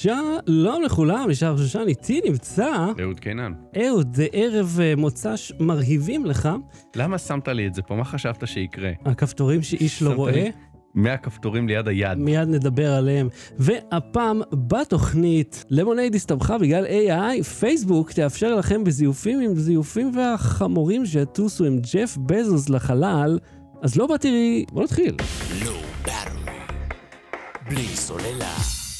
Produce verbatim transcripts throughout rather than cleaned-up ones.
שלום לכולם, ישר שושן, איתי נמצא... אהוד קינן. אהוד, זה ערב מוצ"ש מרהיבים לך. למה שמת לי את זה פה? מה חשבת שיקרה? הכפתורים שאיש לא רואה. מהכפתורים ליד היד. מיד נדבר עליהם. והפעם בתוכנית למונייד הסתבכה בגלל איי איי, פייסבוק תאפשר לכם בזיופים עם זיופים והחמורים שיטוסו עם ג'ף בזוס לחלל. אז לא בתראי, בוא נתחיל. לא ברור. בלי סוללה.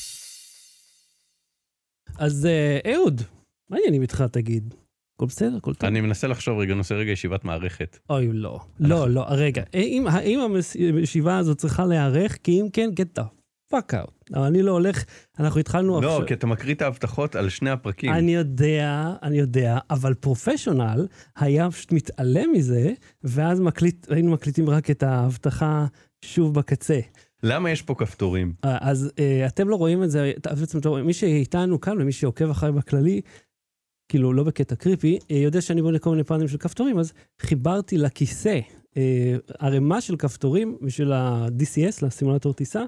אז אהוד, מה העניינים איתך תגיד? הכל בסדר, הכל טוב. אני מנסה לחשוב רגע, נושא רגע ישיבת מערכת. אוי, לא. לא, לא, רגע. האם, האם הישיבה הזאת צריכה להיערך? כי אם כן, get the fuck out. אבל אני לא הולך, אנחנו התחלנו... לא, עכשיו... כי אתה מקריא את ההבטחות על שני הפרקים. אני יודע, אני יודע, אבל פרופשיונל היה פשוט מתעלם מזה, ואז מקליט, היינו מקליטים רק את ההבטחה שוב בקצה. למה יש פה כפתורים? אז אתם לא רואים את זה, מי שאיתנו כאן ומי שעוקב אחרי בכללי, כאילו לא בקטע קריפי, יודע שאני בונה כל מיני פאנלים של כפתורים, אז חיברתי לכיסא ערימה של כפתורים בשביל ה-די סי אס, לסימולטור טיסה,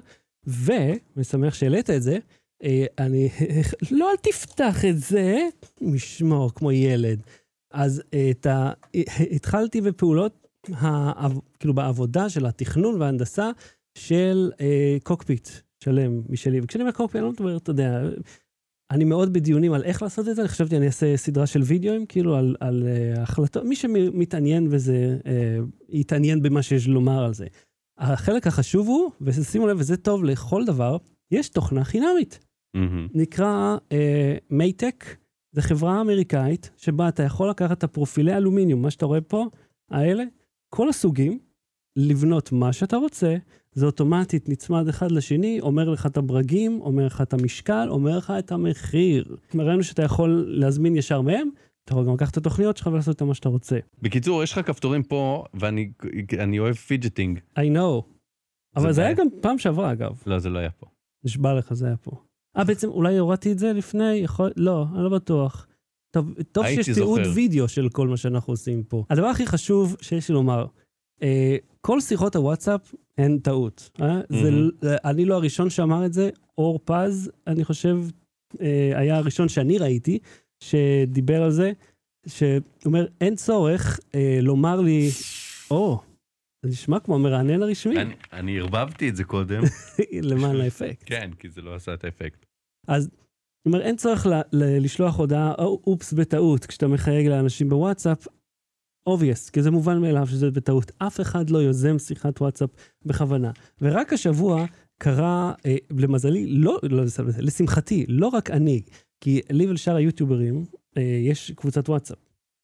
ומשמח שהעלית את זה, אני, לא אל תפתח את זה, משמור כמו ילד. אז את ה, התחלתי בפעולות, כאילו בעבודה של התכנון וההנדסה, של אה, קוקפיט שלם משלי, וכשאני אומר קוקפיט, אני לא מדבר, אתה יודע, אני מאוד בדיונים על איך לעשות את זה, אני חשבתי אני אעשה סדרה של וידאוים, כאילו על, על uh, החלטות, מי שמתעניין בזה, uh, יתעניין במה שיש לומר על זה. החלק החשוב הוא, ושימו לב, וזה טוב לכל דבר, יש תוכנה חינמית. Mm-hmm. נקרא מייטק, uh, זה חברה אמריקאית, שבה אתה יכול לקחת את הפרופילי אלומיניום, מה שאתה רואה פה, האלה, כל הסוגים, לבנות מה שאתה רוצה, זה אוטומטית נצמד אחד לשני, אומר לך את הברגים, אומר לך את המשקל, אומר לך את המחיר. ראינו שאתה יכול להזמין ישר מהם, אתה יכול גם לקחת את התוכניות שלך ולעשות את מה שאתה רוצה. בקיצור, יש לך כפתורים פה, ואני אני אוהב פיג'טינג. I know. אבל זה היה גם פעם שעברה, אגב. לא, זה לא היה פה. נשבע לך, זה היה פה. אה, בעצם אולי הורדתי את זה לפני, יכול... לא, אני לא בטוח. טוב, טוב שיש תיעוד וידאו של כל מה שאנחנו עושים פה. הדבר הכי חשוב שיש לי לומר, אה, כל שיחות הוואטסאפ הן טעות. אה? Mm-hmm. זה, אני לא הראשון שאמר את זה, אור פז, אני חושב, אה, היה הראשון שאני ראיתי, שדיבר על זה, שאומר, אין צורך אה, לומר לי, או, זה נשמע כמו מרענן הרשמי. אני, אני הרבבתי את זה קודם. למען האפקט. כן, כי זה לא עשה את האפקט. אז, אומר, אין צורך ל, ל, לשלוח הודעה, או, אופס בטעות, כשאתה מחייג לאנשים בוואטסאפ, obvious, כי זה מובן מאליו שזה בטעות. אף אחד לא יוזם שיחת וואטסאפ בכוונה. ורק השבוע קרה, אה, למזלי, לא, לא, לשמחתי, לא רק אני, כי לי ולשאר היוטיוברים, אה, יש קבוצת וואטסאפ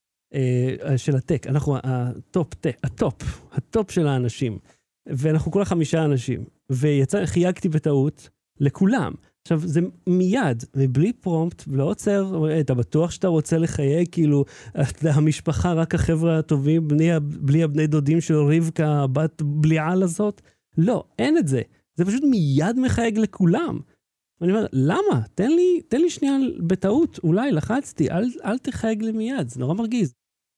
אה, של הטק. אנחנו הטופ, טק, הטופ, הטופ של האנשים. ואנחנו כולה חמישה אנשים. ויצא, חייגתי בטעות לכולם. עכשיו, זה מיד, ובלי פרומפט, ולא עוצר, אתה בטוח שאתה רוצה לחייג, כאילו, המשפחה, רק החבר'ה הטובים, בני, בלי הבני דודים של רבקה, הבת בליעל הזאת? לא, אין את זה. זה פשוט מיד מחייג לכולם. ואני אומר, למה? תן לי, תן לי שנייה בטעות, אולי לחצתי, אל, אל תחייג לי מיד, זה נורא מרגיז.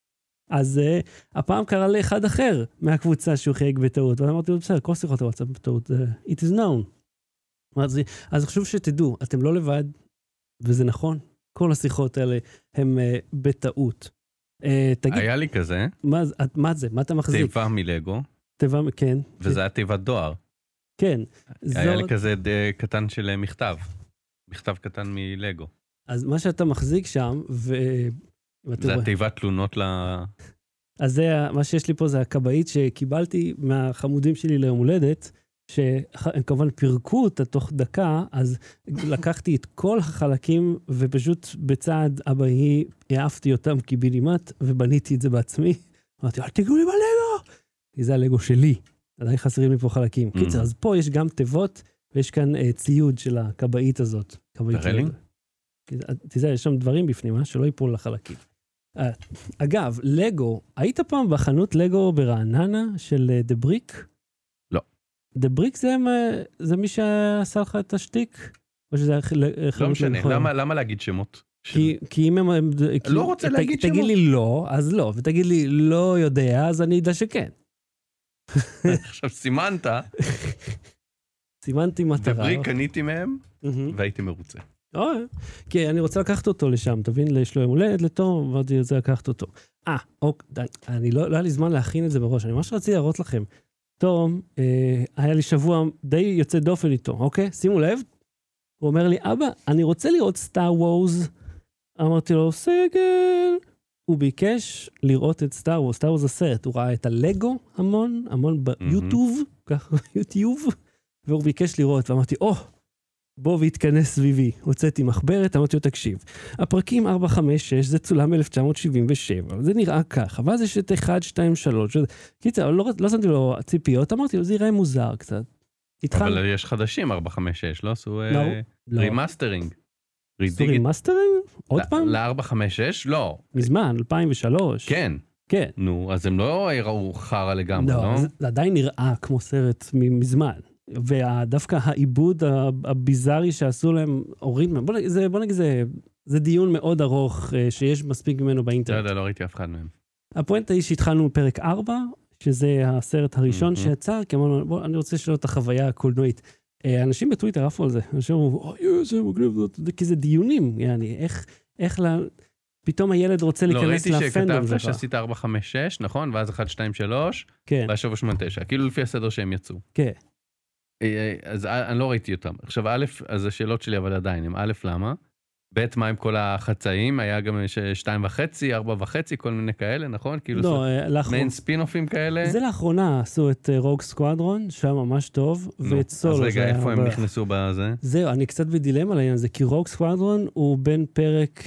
אז uh, הפעם קרה לאחד אחר מהקבוצה שהוא חייג בטעות, ואני אמרתי, בסדר, כל שיחות הוואטסאפ בטעות, uh, it is known. אז, אז חשוב שתדעו, אתם לא לבד, וזה נכון, כל השיחות האלה הם uh, בטעות. Uh, תגיד, היה לי כזה. מה, מה זה? מה אתה מחזיק? תיבה מלגו. תיבה, כן. וזה היה תיבת דואר. כן. היה זאת... לי כזה ד... קטן של מכתב. מכתב קטן מלגו. אז מה שאתה מחזיק שם, ו... זה התיבת תלונות ל... אז זה, מה שיש לי פה זה הקבעית שקיבלתי מהחמודים שלי ליום הולדת, שהם כמובן פירקו אותה תוך דקה, אז לקחתי את כל החלקים, ופשוט בצעד אבאי העפתי אותם קיבינימט, ובניתי את זה בעצמי. אמרתי, אל תיגעו לי בלגו! כי זה הלגו שלי. עדיין חסרים לי פה חלקים. Mm. קיצר, אז פה יש גם תיבות, ויש כאן uh, ציוד של הקבעית הזאת. תראה לי? תזהה, יש שם דברים בפנים, אה? שלא ייפול לחלקים. Uh, אגב, לגו, היית פעם בחנות לגו ברעננה של דה בריק? לא. דה בריק זה, זה מי שעשה לך את השטיק? או שזה לא משנה, למה, למה להגיד שמות? כי, כי אם הם... לא רוצה להגיד שמות. תגיד לי לא, אז לא, ותגיד לי לא יודע, אז אני יודע שכן. עכשיו סימנת. סימנתי מטרה. דברי קניתי מהם, והייתי מרוצה. אוי, כי אני רוצה לקחת אותו לשם, תבין, יש לו יום הולדת לתום, ואני רוצה לקחת אותו. אה, אוקיי, אני לא, לא היה לי זמן להכין את זה בראש, אני ממש רציתי להראות לכם. תום, אה, היה לי שבוע די יוצא דופן איתו, אוקיי? שימו לב, הוא אומר לי, אבא, אני רוצה לראות סטאר וורז. אמרתי לו, סגל. הוא ביקש לראות את סטאר וורז, סטאר וורז הסרט, הוא ראה את הלגו המון, המון ביוטיוב, ככה ביוטיוב, והוא ביקש לראות, ואמרתי, או, בוא והתכנס סביבי. הוצאתי מחברת, אמרתי לו, תקשיב, הפרקים ארבע, חמש, שש, זה צולם אלף תשע מאות שבעים ושבע, זה נראה ככה, ואז יש את אחת, שתיים, שלוש, קיצר, לא, לא שמתי לו ציפיות, אמרתי לו, זה יראה מוזר קצת. התחל... אבל יש חדשים, ארבע, חמש, שש, לא עשו לא, אה, לא. רימאסטרינג. עשו רימאסטרינג? עוד פעם? ל-ארבע, חמש, שש? לא. מזמן, אלפיים ושלוש. כן. כן. נו, אז הם לא ראו חרה לגמרי, לא? לא, זה, זה עדיין נראה כמו סרט מזמן. ודווקא העיבוד הביזארי שעשו להם, הוריד מהם, בוא, זה, בוא נגיד, זה, זה דיון מאוד ארוך שיש מספיק ממנו באינטרנט. לא יודע, לא ראיתי אף אחד מהם. הפואנטה היא שהתחלנו בפרק ארבע, שזה הסרט הראשון Mm-hmm. שיצא, כי אמרנו, בוא, אני רוצה לשאול את החוויה הקולנועית. אנשים בטוויטר עפו על זה, אנשים אמרו, אוי, זה מגניב, כי זה דיונים, יעני, איך, איך לה... פתאום הילד רוצה להיכנס לפנדום שלך. לא, ראיתי שכתבת שעשית ארבע, חמש, שש, נכון? ואז אחת, שתיים, שלוש, כן. ואז שבע, שמונה, תשע, כאילו לפי הסדר שהם יצאו. כן. אז אני לא ראיתי אותם. עכשיו, א', אז השאלות שלי, אבל עדיין, הם א', למה? ב', מה עם כל החצאים? היה גם שתיים וחצי, ארבע וחצי, כל מיני כאלה, נכון? כאילו לא, מעין ספינופים כאלה. זה לאחרונה עשו את רוג סקואדרון, שהיה ממש טוב, ואת סולו. אז רגע, איפה הם נכנסו בזה? זהו, אני קצת בדילמה על העניין הזה, כי רוג סקואדרון הוא בין פרק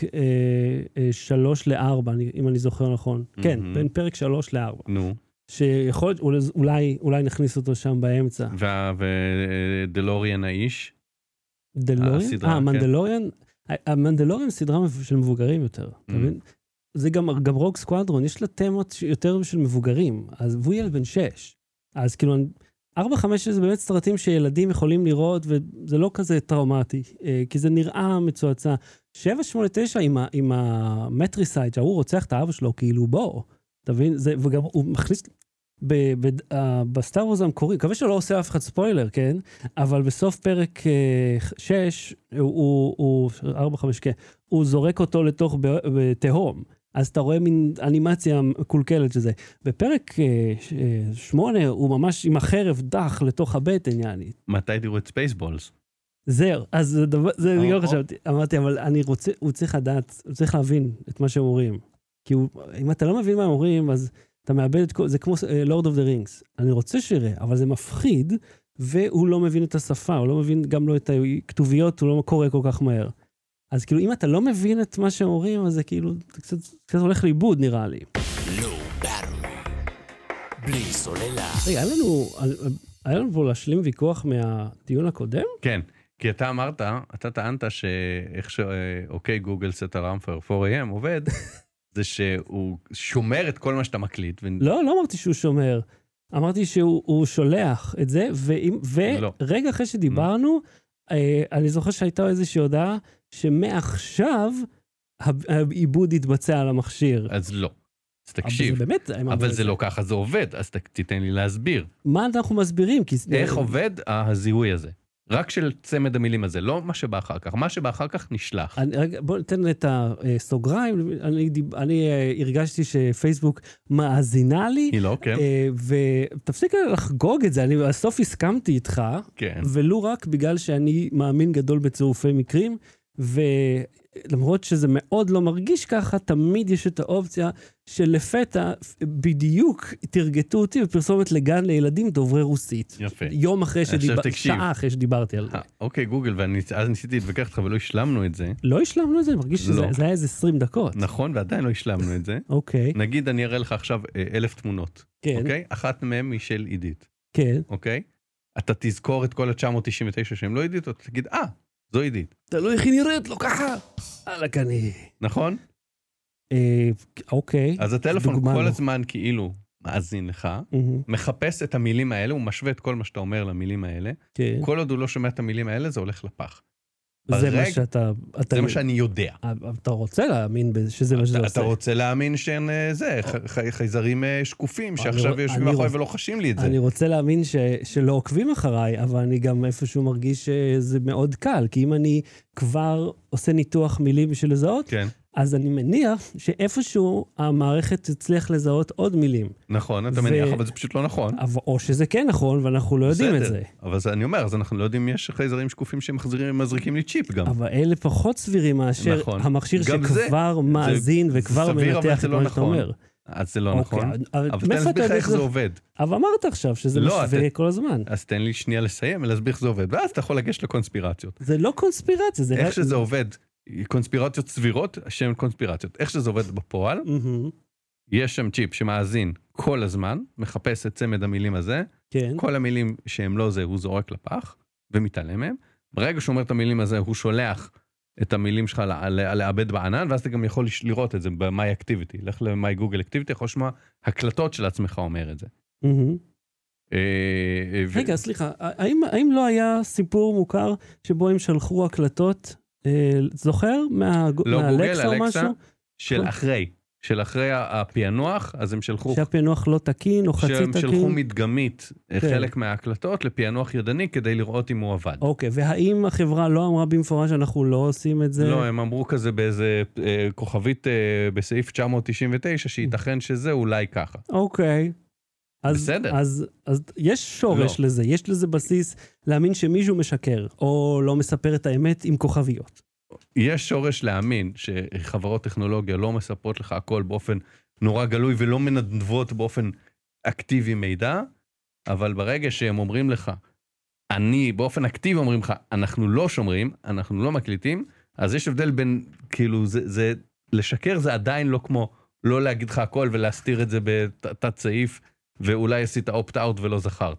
שלוש לארבע, אם אני זוכר נכון. כן, בין פרק שלוש לארבע. נו. שיכול, אולי, אולי נכניס אותו שם באמצע. ודלוריאן האיש? דלוריאן? אה, מנדלוריאן? המנדלוריאן סדרה של מבוגרים יותר, אתה מבין? זה גם, גם רוג סקואדרון, יש לה תמות יותר של מבוגרים, אז והוא ילד בן שש. אז כאילו, ארבע, חמש זה באמת סרטים שילדים יכולים לראות, וזה לא כזה טראומטי, כי זה נראה מצועצע. שבע, שמונה, תשע עם המטריסייד, שהוא רוצח את האבא שלו, כאילו בוא, אתה מבין? זה, וגם הוא מכניס... בסטאר וורז המקורי, מקווה שלא עושה אף אחד ספוילר, כן? אבל בסוף פרק שש, הוא, ארבע, חמש, כן, הוא זורק אותו לתוך תהום. אז אתה רואה מין אנימציה קולקלת שזה. בפרק שמונה, הוא ממש עם החרב דח לתוך הבטן, יעני. מתי תראו את ספייסבולס? זהו, אז זה דבר, זה אני לא חשבתי. אמרתי, אבל אני רוצה, הוא צריך לדעת, הוא צריך להבין את מה שהם אומרים. כי אם אתה לא מבין מה הם אומרים, אז... אתה מאבד את כל, זה כמו לורד אוף דה רינגס. אני רוצה שיראה, אבל זה מפחיד, והוא לא מבין את השפה, הוא לא מבין גם לא את הכתוביות, הוא לא קורא כל כך מהר. אז כאילו, אם אתה לא מבין את מה שהם אומרים, אז זה כאילו, זה קצת, קצת הולך לאיבוד, נראה לי. בלי סוללה. רגע, היה לנו, היה לנו פה להשלים ויכוח מהדיון הקודם? כן, כי אתה אמרת, אתה טענת שאיך שאוקיי, גוגל סט ארם פור פור איי אם עובד, זה שהוא שומר את כל מה שאתה מקליט. ו... לא, לא אמרתי שהוא שומר. אמרתי שהוא שולח את זה, ורגע לא. אחרי שדיברנו, mm. אני זוכר שהייתה איזושהי הודעה, שמעכשיו העיבוד יתבצע על המכשיר. אז לא. אז תקשיב. אבל זה באמת... אבל זה לא ככה, זה עובד, אז תיתן לי להסביר. מה אנחנו מסבירים? כי... איך עובד הזיהוי הזה? רק של צמד המילים הזה, לא מה שבא אחר כך. מה שבא אחר כך נשלח. אני, בוא ניתן את הסוגריים. אני, אני הרגשתי שפייסבוק מאזינה לי. היא לא, כן. ותפסיק לחגוג את זה. אני בסוף הסכמתי איתך. כן. ולא רק בגלל שאני מאמין גדול בצירופי מקרים. ולמרות שזה מאוד לא מרגיש ככה, תמיד יש את האופציה שלפתע בדיוק תרגטו אותי בפרסומת לגן לילדים דוברי רוסית. יפה. יום אחרי שדיברתי, שעה אחרי שדיברתי על זה. אוקיי, גוגל, ואז ניסיתי להתווכח איתך, ולא השלמנו את זה. לא השלמנו את זה, אני מרגיש שזה היה איזה עשרים דקות. נכון, ועדיין לא השלמנו את זה. אוקיי. נגיד, אני אראה לך עכשיו אלף תמונות. כן. אוקיי? אחת מהן היא של עידית. כן. אוקיי? אתה תזכור את כל ה-תשע מאות תשעים ותשע שהם לא עידית, אתה תגיד, אה, זו עידית. אתה לא איך היא נראית, לא ככה. הלאה כני. נכון? אוקיי. אז הטלפון כל הזמן כאילו מאזין לך, מחפש את המילים האלה, הוא משווה את כל מה שאתה אומר למילים האלה. כל עוד הוא לא שומע את המילים האלה, זה הולך לפח. זה ברגע- מה שאתה... אתה- זה מה שאני יודע. אתה רוצה להאמין בזה, שזה מה שזה אתה- עושה. אתה רוצה להאמין שאין אה, זה, ח- ח- חייזרים אה, שקופים, אני שעכשיו רוצ- יושבים אני מאחורי רוצ- ולא חשים לי את זה. אני רוצה להאמין ש, שלא עוקבים אחריי, אבל אני גם איפשהו מרגיש שזה מאוד קל, כי אם אני כבר עושה ניתוח מילים בשביל לזהות, כן, אז אני מניח שאיפשהו המערכת תצליח לזהות עוד מילים. נכון, אתה ו- מניח, אבל זה פשוט לא נכון. אבל- או שזה כן נכון, ואנחנו לא יודעים את בסדר, זה. אבל זה אני אומר, אז אנחנו לא יודעים אם יש חייזרים שקופים שמחזירים, מזריקים לי צ'יפ גם. אבל אלה פחות סבירים מאשר נכון. המכשיר גם שכבר זה- מאזין זה וכבר סביר, אבל מנתח זה את לא מה שאתה נכון. אומר. אז זה לא אוקיי, נכון. אבל אבל תן מאיפה להסביר אתה לך יודע איך שזה- זה עובד. אבל אמרת עכשיו שזה לא, משווה אתה- כל הזמן. אז תן לי שנייה לסיים ולהסביר איך זה עובד, ואז אתה יכול לגשת לקונספירציות. זה לא קונספירציה, זה... איך רק- שזה עובד, קונספירציות סבירות, שהן קונספירציות. איך שזה עובד בפועל, מהמם, יש שם צ'יפ שמאזין כל הזמן, מחפש את צמד המילים הזה, כן. כל המילים שהם לא זה, הוא זורק לפח, ומתעלם מהם. ברגע שהוא אומר את המילים הזה, הוא שולח את המילים שלך ל- ל- לעבד בענן, ואז אתה גם יכול לש- לראות את זה ב-My Activity. לך ל-My Google Activity, יכול לשמוע הקלטות של עצמך אומר את זה. מהמם. אה, אה, ו- רגע, סליחה, האם, האם לא היה סיפור מוכר שבו הם שלחו הקלטות, אה, זוכר? מה, לא מהאלקסה גוגל, או אלקסה, משהו? של אחרי, של אחרי הפענוח, אז הם שלחו, שהפענוח לא תקין או חצי שהם תקין? שלחו מדגמית כן. חלק מההקלטות לפענוח ידני כדי לראות אם הוא עבד. אוקיי, והאם החברה לא אמרה במפורש שאנחנו לא עושים את זה? לא, הם אמרו כזה באיזה אה, כוכבית אה, בסעיף תשע מאות תשעים ותשע, שייתכן שזה אולי ככה. אוקיי. אז, בסדר. אז, אז יש שורש לא. לזה, יש לזה בסיס להאמין שמישהו משקר, או לא מספר את האמת עם כוכביות. יש שורש להאמין שחברות טכנולוגיה לא מספרות לך הכל באופן נורא גלוי ולא מנדבות באופן אקטיבי מידע, אבל ברגע שהם אומרים לך, אני באופן אקטיבי אומרים לך, אנחנו לא שומרים, אנחנו לא מקליטים, אז יש הבדל בין, כאילו, זה, זה, לשקר זה עדיין לא כמו לא להגיד לך הכל ולהסתיר את זה בתת סעיף, ואולי עשית אופט-אאוט ולא זכרת.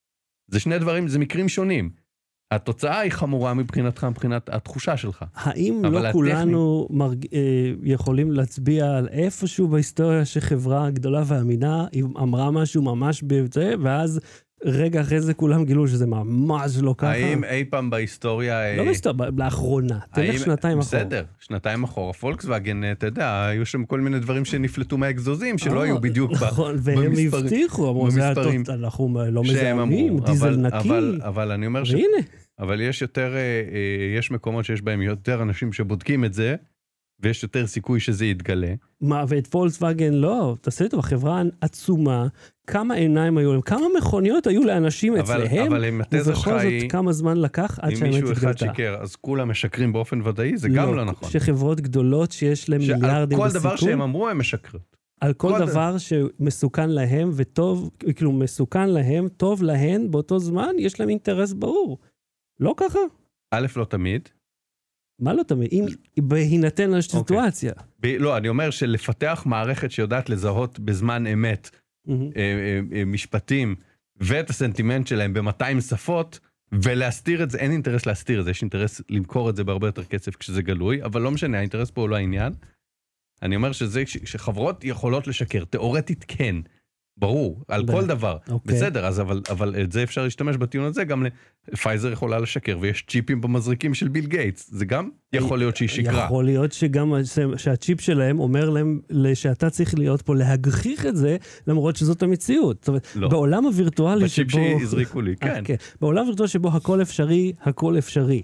זה שני דברים, זה מקרים שונים. התוצאה היא חמורה מבחינתך, מבחינת התחושה שלך. האם אבל לא הטכני- כולנו מרג... אה, יכולים להצביע על איפשהו בהיסטוריה שחברה גדולה ואמינה, היא אמרה משהו ממש בזה, ואז רגע אחרי זה כולם גילו שזה ממש לא ככה? האם אי פעם בהיסטוריה... לא אה, בהיסטוריה, לאחרונה. תלך האם- שנתיים אחורה. בסדר, שנתיים אחורה. פולקסווגן, אתה יודע, היו שם כל מיני דברים שנפלטו מהאגזוזים, שלא היו בדיוק ב- נכון, והם במספרים- הבטיחו, אמרו, זה במספרים הטוט- אנחנו לא שהם מזהמים, אמרו. דיזל אבל- נקי, אבל- אבל אני אומר ש... והנה. אבל יש יותר, אה, אה, יש מקומות שיש בהם יותר אנשים שבודקים את זה, ויש יותר סיכוי שזה יתגלה. מה, ואת פולקסווגן לא, תעשה לי טוב, החברה עצומה, כמה עיניים היו להם, כמה מכוניות היו לאנשים אבל, אצלהם, אבל אם התזה שלך ובכל זאת היא, כמה זמן לקח עד אם שהאמת מישהו אחד התגלתה. שיקר, אז כולם משקרים באופן ודאי, זה גם לא נכון. שחברות גדולות שיש להם שעל מיליארדים כל דבר בסיכון, שהם אמרו הם משקרות. על כל כל דבר שמסוכן להם וטוב, כאילו מסוכן להם, טוב להן, באותו זמן יש להם אינטרס ברור. לא ככה? א', לא תמיד. מה לא תמיד? אם בהינתן הסיטואציה. ב- לא, אני אומר שלפתח מערכת שיודעת לזהות בזמן אמת מהמם. אה, אה, אה, משפטים ואת הסנטימנט שלהם ב-מאתיים שפות, ולהסתיר את זה, אין אינטרס להסתיר את זה, יש אינטרס למכור את זה בהרבה יותר כסף כשזה גלוי, אבל לא משנה, האינטרס פה הוא לא העניין. אני אומר שזה, ש- שחברות יכולות לשקר, תיאורטית כן, ברור, על ב- כל דבר. אוקיי. בסדר, אז אבל, אבל את זה אפשר להשתמש בטיעון הזה, גם פייזר יכולה לשקר, ויש צ'יפים במזריקים של ביל גייטס, זה גם יכול להיות שהיא שקרה. יכול להיות שגם שהצ'יפ שלהם אומר להם שאתה צריך להיות פה להגחיך את זה, למרות שזאת המציאות. זאת אומרת, לא. בעולם הווירטואלי בצ'יפ שבו... שהזריקו לי, כן. כן. בעולם הווירטואלי שבו הכל אפשרי, הכל אפשרי.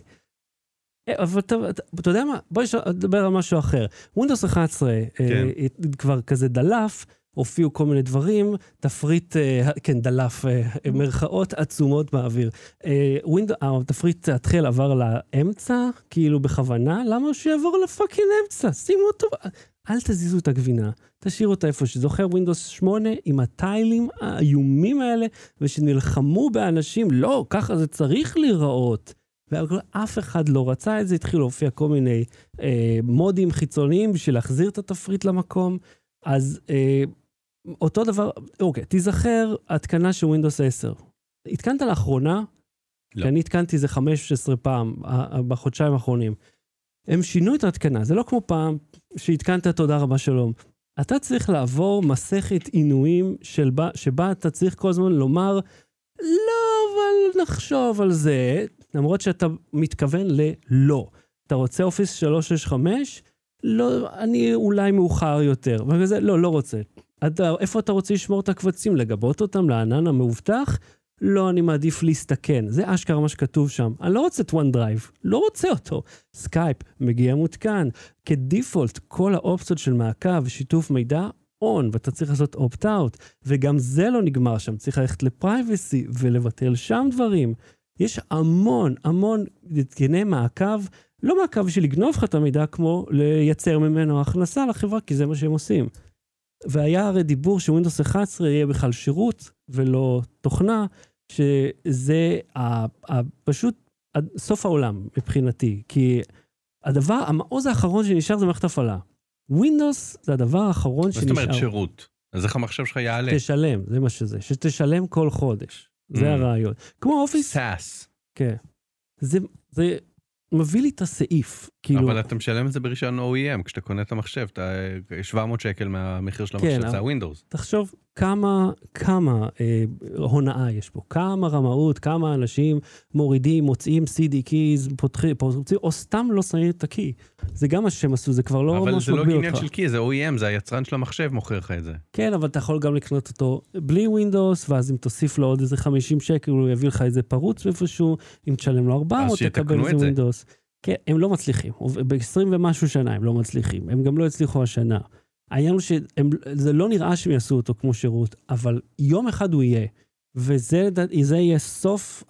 אה, אבל אתה, אתה, אתה יודע מה? בואי נדבר על משהו אחר. ווינדוס אחת עשרה כן. אה, כבר כזה דלף, הופיעו כל מיני דברים, תפריט, אה, כן, דלף, אה, מרכאות עצומות באוויר. אה, ווינדוס, התפריט התחיל עבר לאמצע, כאילו בכוונה, למה שיעבור לפאקינג אמצע? שימו אותו, אל תזיזו את הגבינה, תשאירו אותה איפה שזוכר ווינדוס שמונה עם הטיילים האיומים האלה, ושנלחמו באנשים, לא, ככה זה צריך להיראות. ואף אחד לא רצה את זה, התחילו להופיע כל מיני אה, מודים חיצוניים בשביל להחזיר את התפריט למקום. אז אה, אותו דבר, אוקיי, תיזכר התקנה של ווינדוס עשר. התקנת לאחרונה? לא. כי אני התקנתי זה חמש עשרה פעם בחודשיים האחרונים. הם שינו את ההתקנה, זה לא כמו פעם שהתקנת תודה רבה שלום. אתה צריך לעבור מסכת עינויים של, שבה אתה צריך כל הזמן לומר, לא, אבל נחשוב על זה. למרות שאתה מתכוון ללא. אתה רוצה אופיס שלוש שש חמש? לא, אני אולי מאוחר יותר. וכזה, לא, לא רוצה. אתה, איפה אתה רוצה לשמור את הקבצים? לגבות אותם לענן המאובטח? לא, אני מעדיף להסתכן. זה אשכרה מה שכתוב שם. אני לא רוצה את OneDrive. לא רוצה אותו. סקייפ מגיע מותקן. כדיפולט, כל האופציות של מעקב ושיתוף מידע, on, ואתה צריך לעשות opt-out. וגם זה לא נגמר שם. צריך ללכת לפרייבסי ולבטל שם דברים. יש המון, המון התקני מעקב, לא מעקב של לגנוב לך את המידע, כמו לייצר ממנו הכנסה לחברה, כי זה מה שהם עושים. והיה הרי דיבור שווינדוס אחת עשרה יהיה בכלל שירות, ולא תוכנה, שזה ה, ה, פשוט סוף העולם מבחינתי, כי הדבר, המעוז האחרון שנשאר זה מערכת הפעלה. ווינדוס זה הדבר האחרון שנשאר. זאת אומרת שירות. אז איך המחשב שלך יעלה? תשלם, זה מה שזה, שתשלם כל חודש. זה הרעיון. כמו אופיס. סאס. כן. זה, זה מביא לי את הסעיף. כאילו... אבל אתה משלם את זה ברישיון או אי אם, כשאתה קונה את המחשב, אתה שבע מאות שקל מהמחיר של המחשב, כן, זה הווינדוס. תחשוב כמה, כמה אה, הונאה יש פה, כמה רמאות, כמה אנשים מורידים, מוצאים סי די keys, פותחים, פותחים, או סתם לא שמים את הקי. זה גם מה שהם עשו, זה כבר לא ממש מגביל אותך. אבל זה לא עניין של קי, זה או אי אם, זה היצרן של המחשב מוכר לך את זה. כן, אבל אתה יכול גם לקנות אותו בלי ווינדוס, ואז אם תוסיף לו עוד איזה חמישים שקל, הוא יביא לך איזה פרוץ איפשהו, אם תשלם לו ארבע מאות, תקבל איזה ווינדוס. כן, הם לא מצליחים. ב-עשרים ומשהו שנה הם לא מצליחים. הם גם לא הצליחו השנה. העניין הוא שזה לא נראה שהם יעשו אותו כמו שירות, אבל יום אחד הוא יהיה. וזה זה יהיה סוף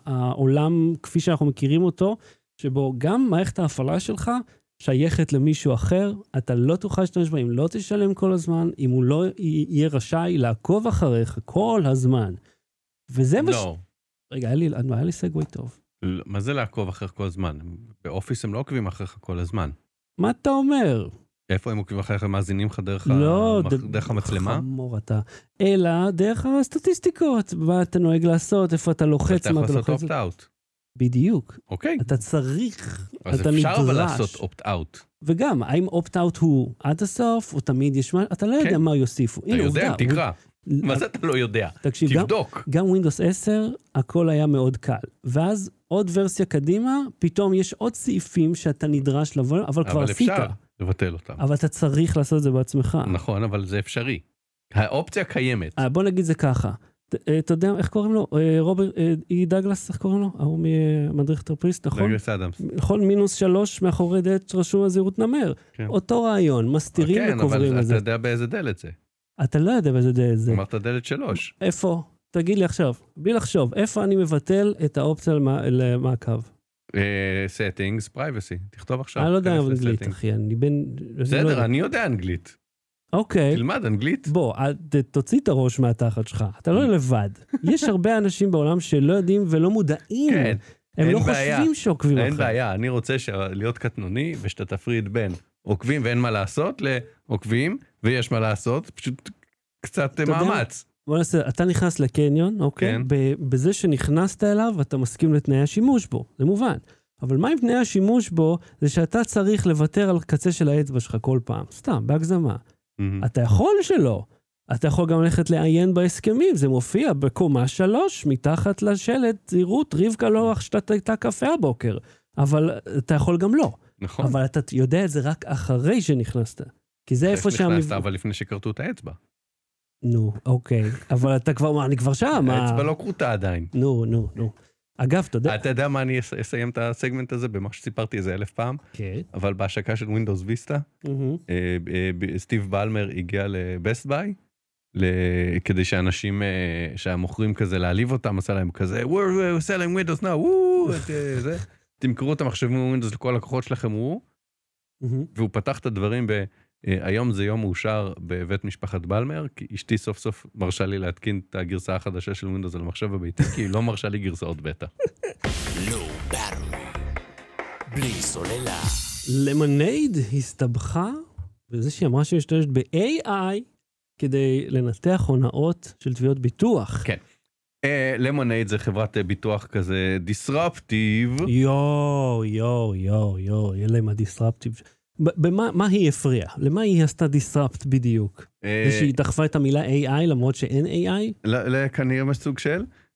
העולם כפי שאנחנו מכירים אותו, שבו גם מערכת ההפעלה שלך שייכת למישהו אחר, אתה לא תוכל להשתמש בה, אם לא תשלם כל הזמן, אם הוא לא יהיה רשאי לעקוב אחריך כל הזמן. וזה מה ש... לא. רגע, היה לי, היה לי סגווי טוב. מה זה לעקוב אחריך כל הזמן? באופיס הם לא עוקבים אחריך כל הזמן. מה אתה אומר? איפה הם עוקבים אחריך? מאזינים לך דרך, לא, המח... ד... דרך המצלמה? חמור אתה. אלא דרך הסטטיסטיקות. מה אתה נוהג לעשות? איפה אתה לוחץ? אתה יכול לעשות אופט-אאוט. בדיוק. אוקיי. אתה צריך, אז אתה אפשר נדרש. אבל לעשות אופט-אאוט. וגם, האם אופט-אאוט הוא עד הסוף, או תמיד יש מה, אתה לא יודע כן. מה יוסיפו. אתה יודע, תקרא. מה זה אתה לא יודע? תקשיב, תבדוק. גם, גם ווינדוס עשר, הכל היה מאוד קל. ואז עוד ורסיה קדימה, פתאום יש עוד סעיפים שאתה נדרש לבוא, אבל כבר עשית. אבל אפשר לבטל אותם. אבל אתה צריך לעשות את זה בעצמך. נכון, אבל זה אפשרי. האופציה קיימת. בוא נגיד זה ככה. אתה יודע, איך קוראים לו? רוברט, אי דגלס, איך קוראים לו? הוא ממדריך טרפריסט, נכון? דגלס אדמס. נכון, מינוס שלוש מאחורי דלת רשום הזהירות נמר. אותו רעיון, מסתירים וקוברים את זה. כן, אבל אתה יודע באיזה דלת זה. אתה לא יודע באיזה דלת זה. אמרת דלת שלוש. איפה? תגיד לי עכשיו, בלי לחשוב, איפה אני מבטל את האופציה למעקב? settings, privacy. תכתוב עכשיו. אני לא יודע אנגלית, אחי, אני בין... בסדר, אני יודע אנגלית. אוקיי. תלמד אנגלית. בוא, תוציא את הראש מהתחת שלך, אתה לא לבד. יש הרבה אנשים בעולם שלא יודעים ולא מודעים. כן. הם לא חושבים שעוקבים אחרי. אין בעיה, אני רוצה להיות קטנוני, ושאתה תפריד בין עוקבים ואין מה לעשות, לעוקבים ויש מה לעשות, פשוט קצת מאמץ. בוא נעשה, אתה נכנס לקניון, אוקיי? בזה שנכנסת אליו, אתה מסכים לתנאי השימוש בו, זה מובן. אבל מה עם תנאי השימוש בו, זה שאתה צריך לוותר על קצה של האצבע שלך כל פעם, סתם, בהגזמה. אתה יכול שלא. אתה יכול גם ללכת לעיין בהסכמים, זה מופיע בקומה שלוש, מתחת לשלט, זהירות, רבקה לא אך שתתה קפה הבוקר. אבל אתה יכול גם לא. נכון. אבל אתה יודע את זה רק אחרי שנכנסת. כי זה איפה שם... נכנסת, אבל לפני שקרתו את האצבע. נו, אוקיי. אבל אתה כבר, מה, אני כבר שם. האצבע לא קרוטה עדיין. נו, נו, נו. אגב, אתה יודע... אתה יודע מה אני אסיים את הסגמנט הזה, במה שסיפרתי איזה אלף פעם? כן. אבל בהשקה של ווינדוס ויסטה, סטיב בלמר הגיע לבסט ביי, כדי שאנשים שהמוכרים כזה להעליב אותם, עשה להם כזה, we're selling Windows now, תמכרו את המחשבים ווינדוס לכל לקוחות שלכם, והוא פתח את הדברים ב... היום זה יום מאושר בבית משפחת בלמר, כי אשתי סוף סוף מרשה לי להתקין את הגרסה החדשה של ווינדוס על המחשב הביתי, כי היא לא מרשה לי גרסאות בטא. Low battery. בלי סוללה. למונייד הסתבכה, וזה שהיא אמרה שהיא משתמשת ב-איי איי, כדי לנתח הונאות של תביעות ביטוח. כן. למונייד זה חברת ביטוח כזה דיסרפטיב. יו, יו, יו, יו, יהיה להם הדיסרפטיב. במה, מה היא הפריעה? למה היא עשתה דיסרפט בדיוק? זה שהיא דחפה את המילה איי איי למרות שאין איי איי? כנראה מסוג של.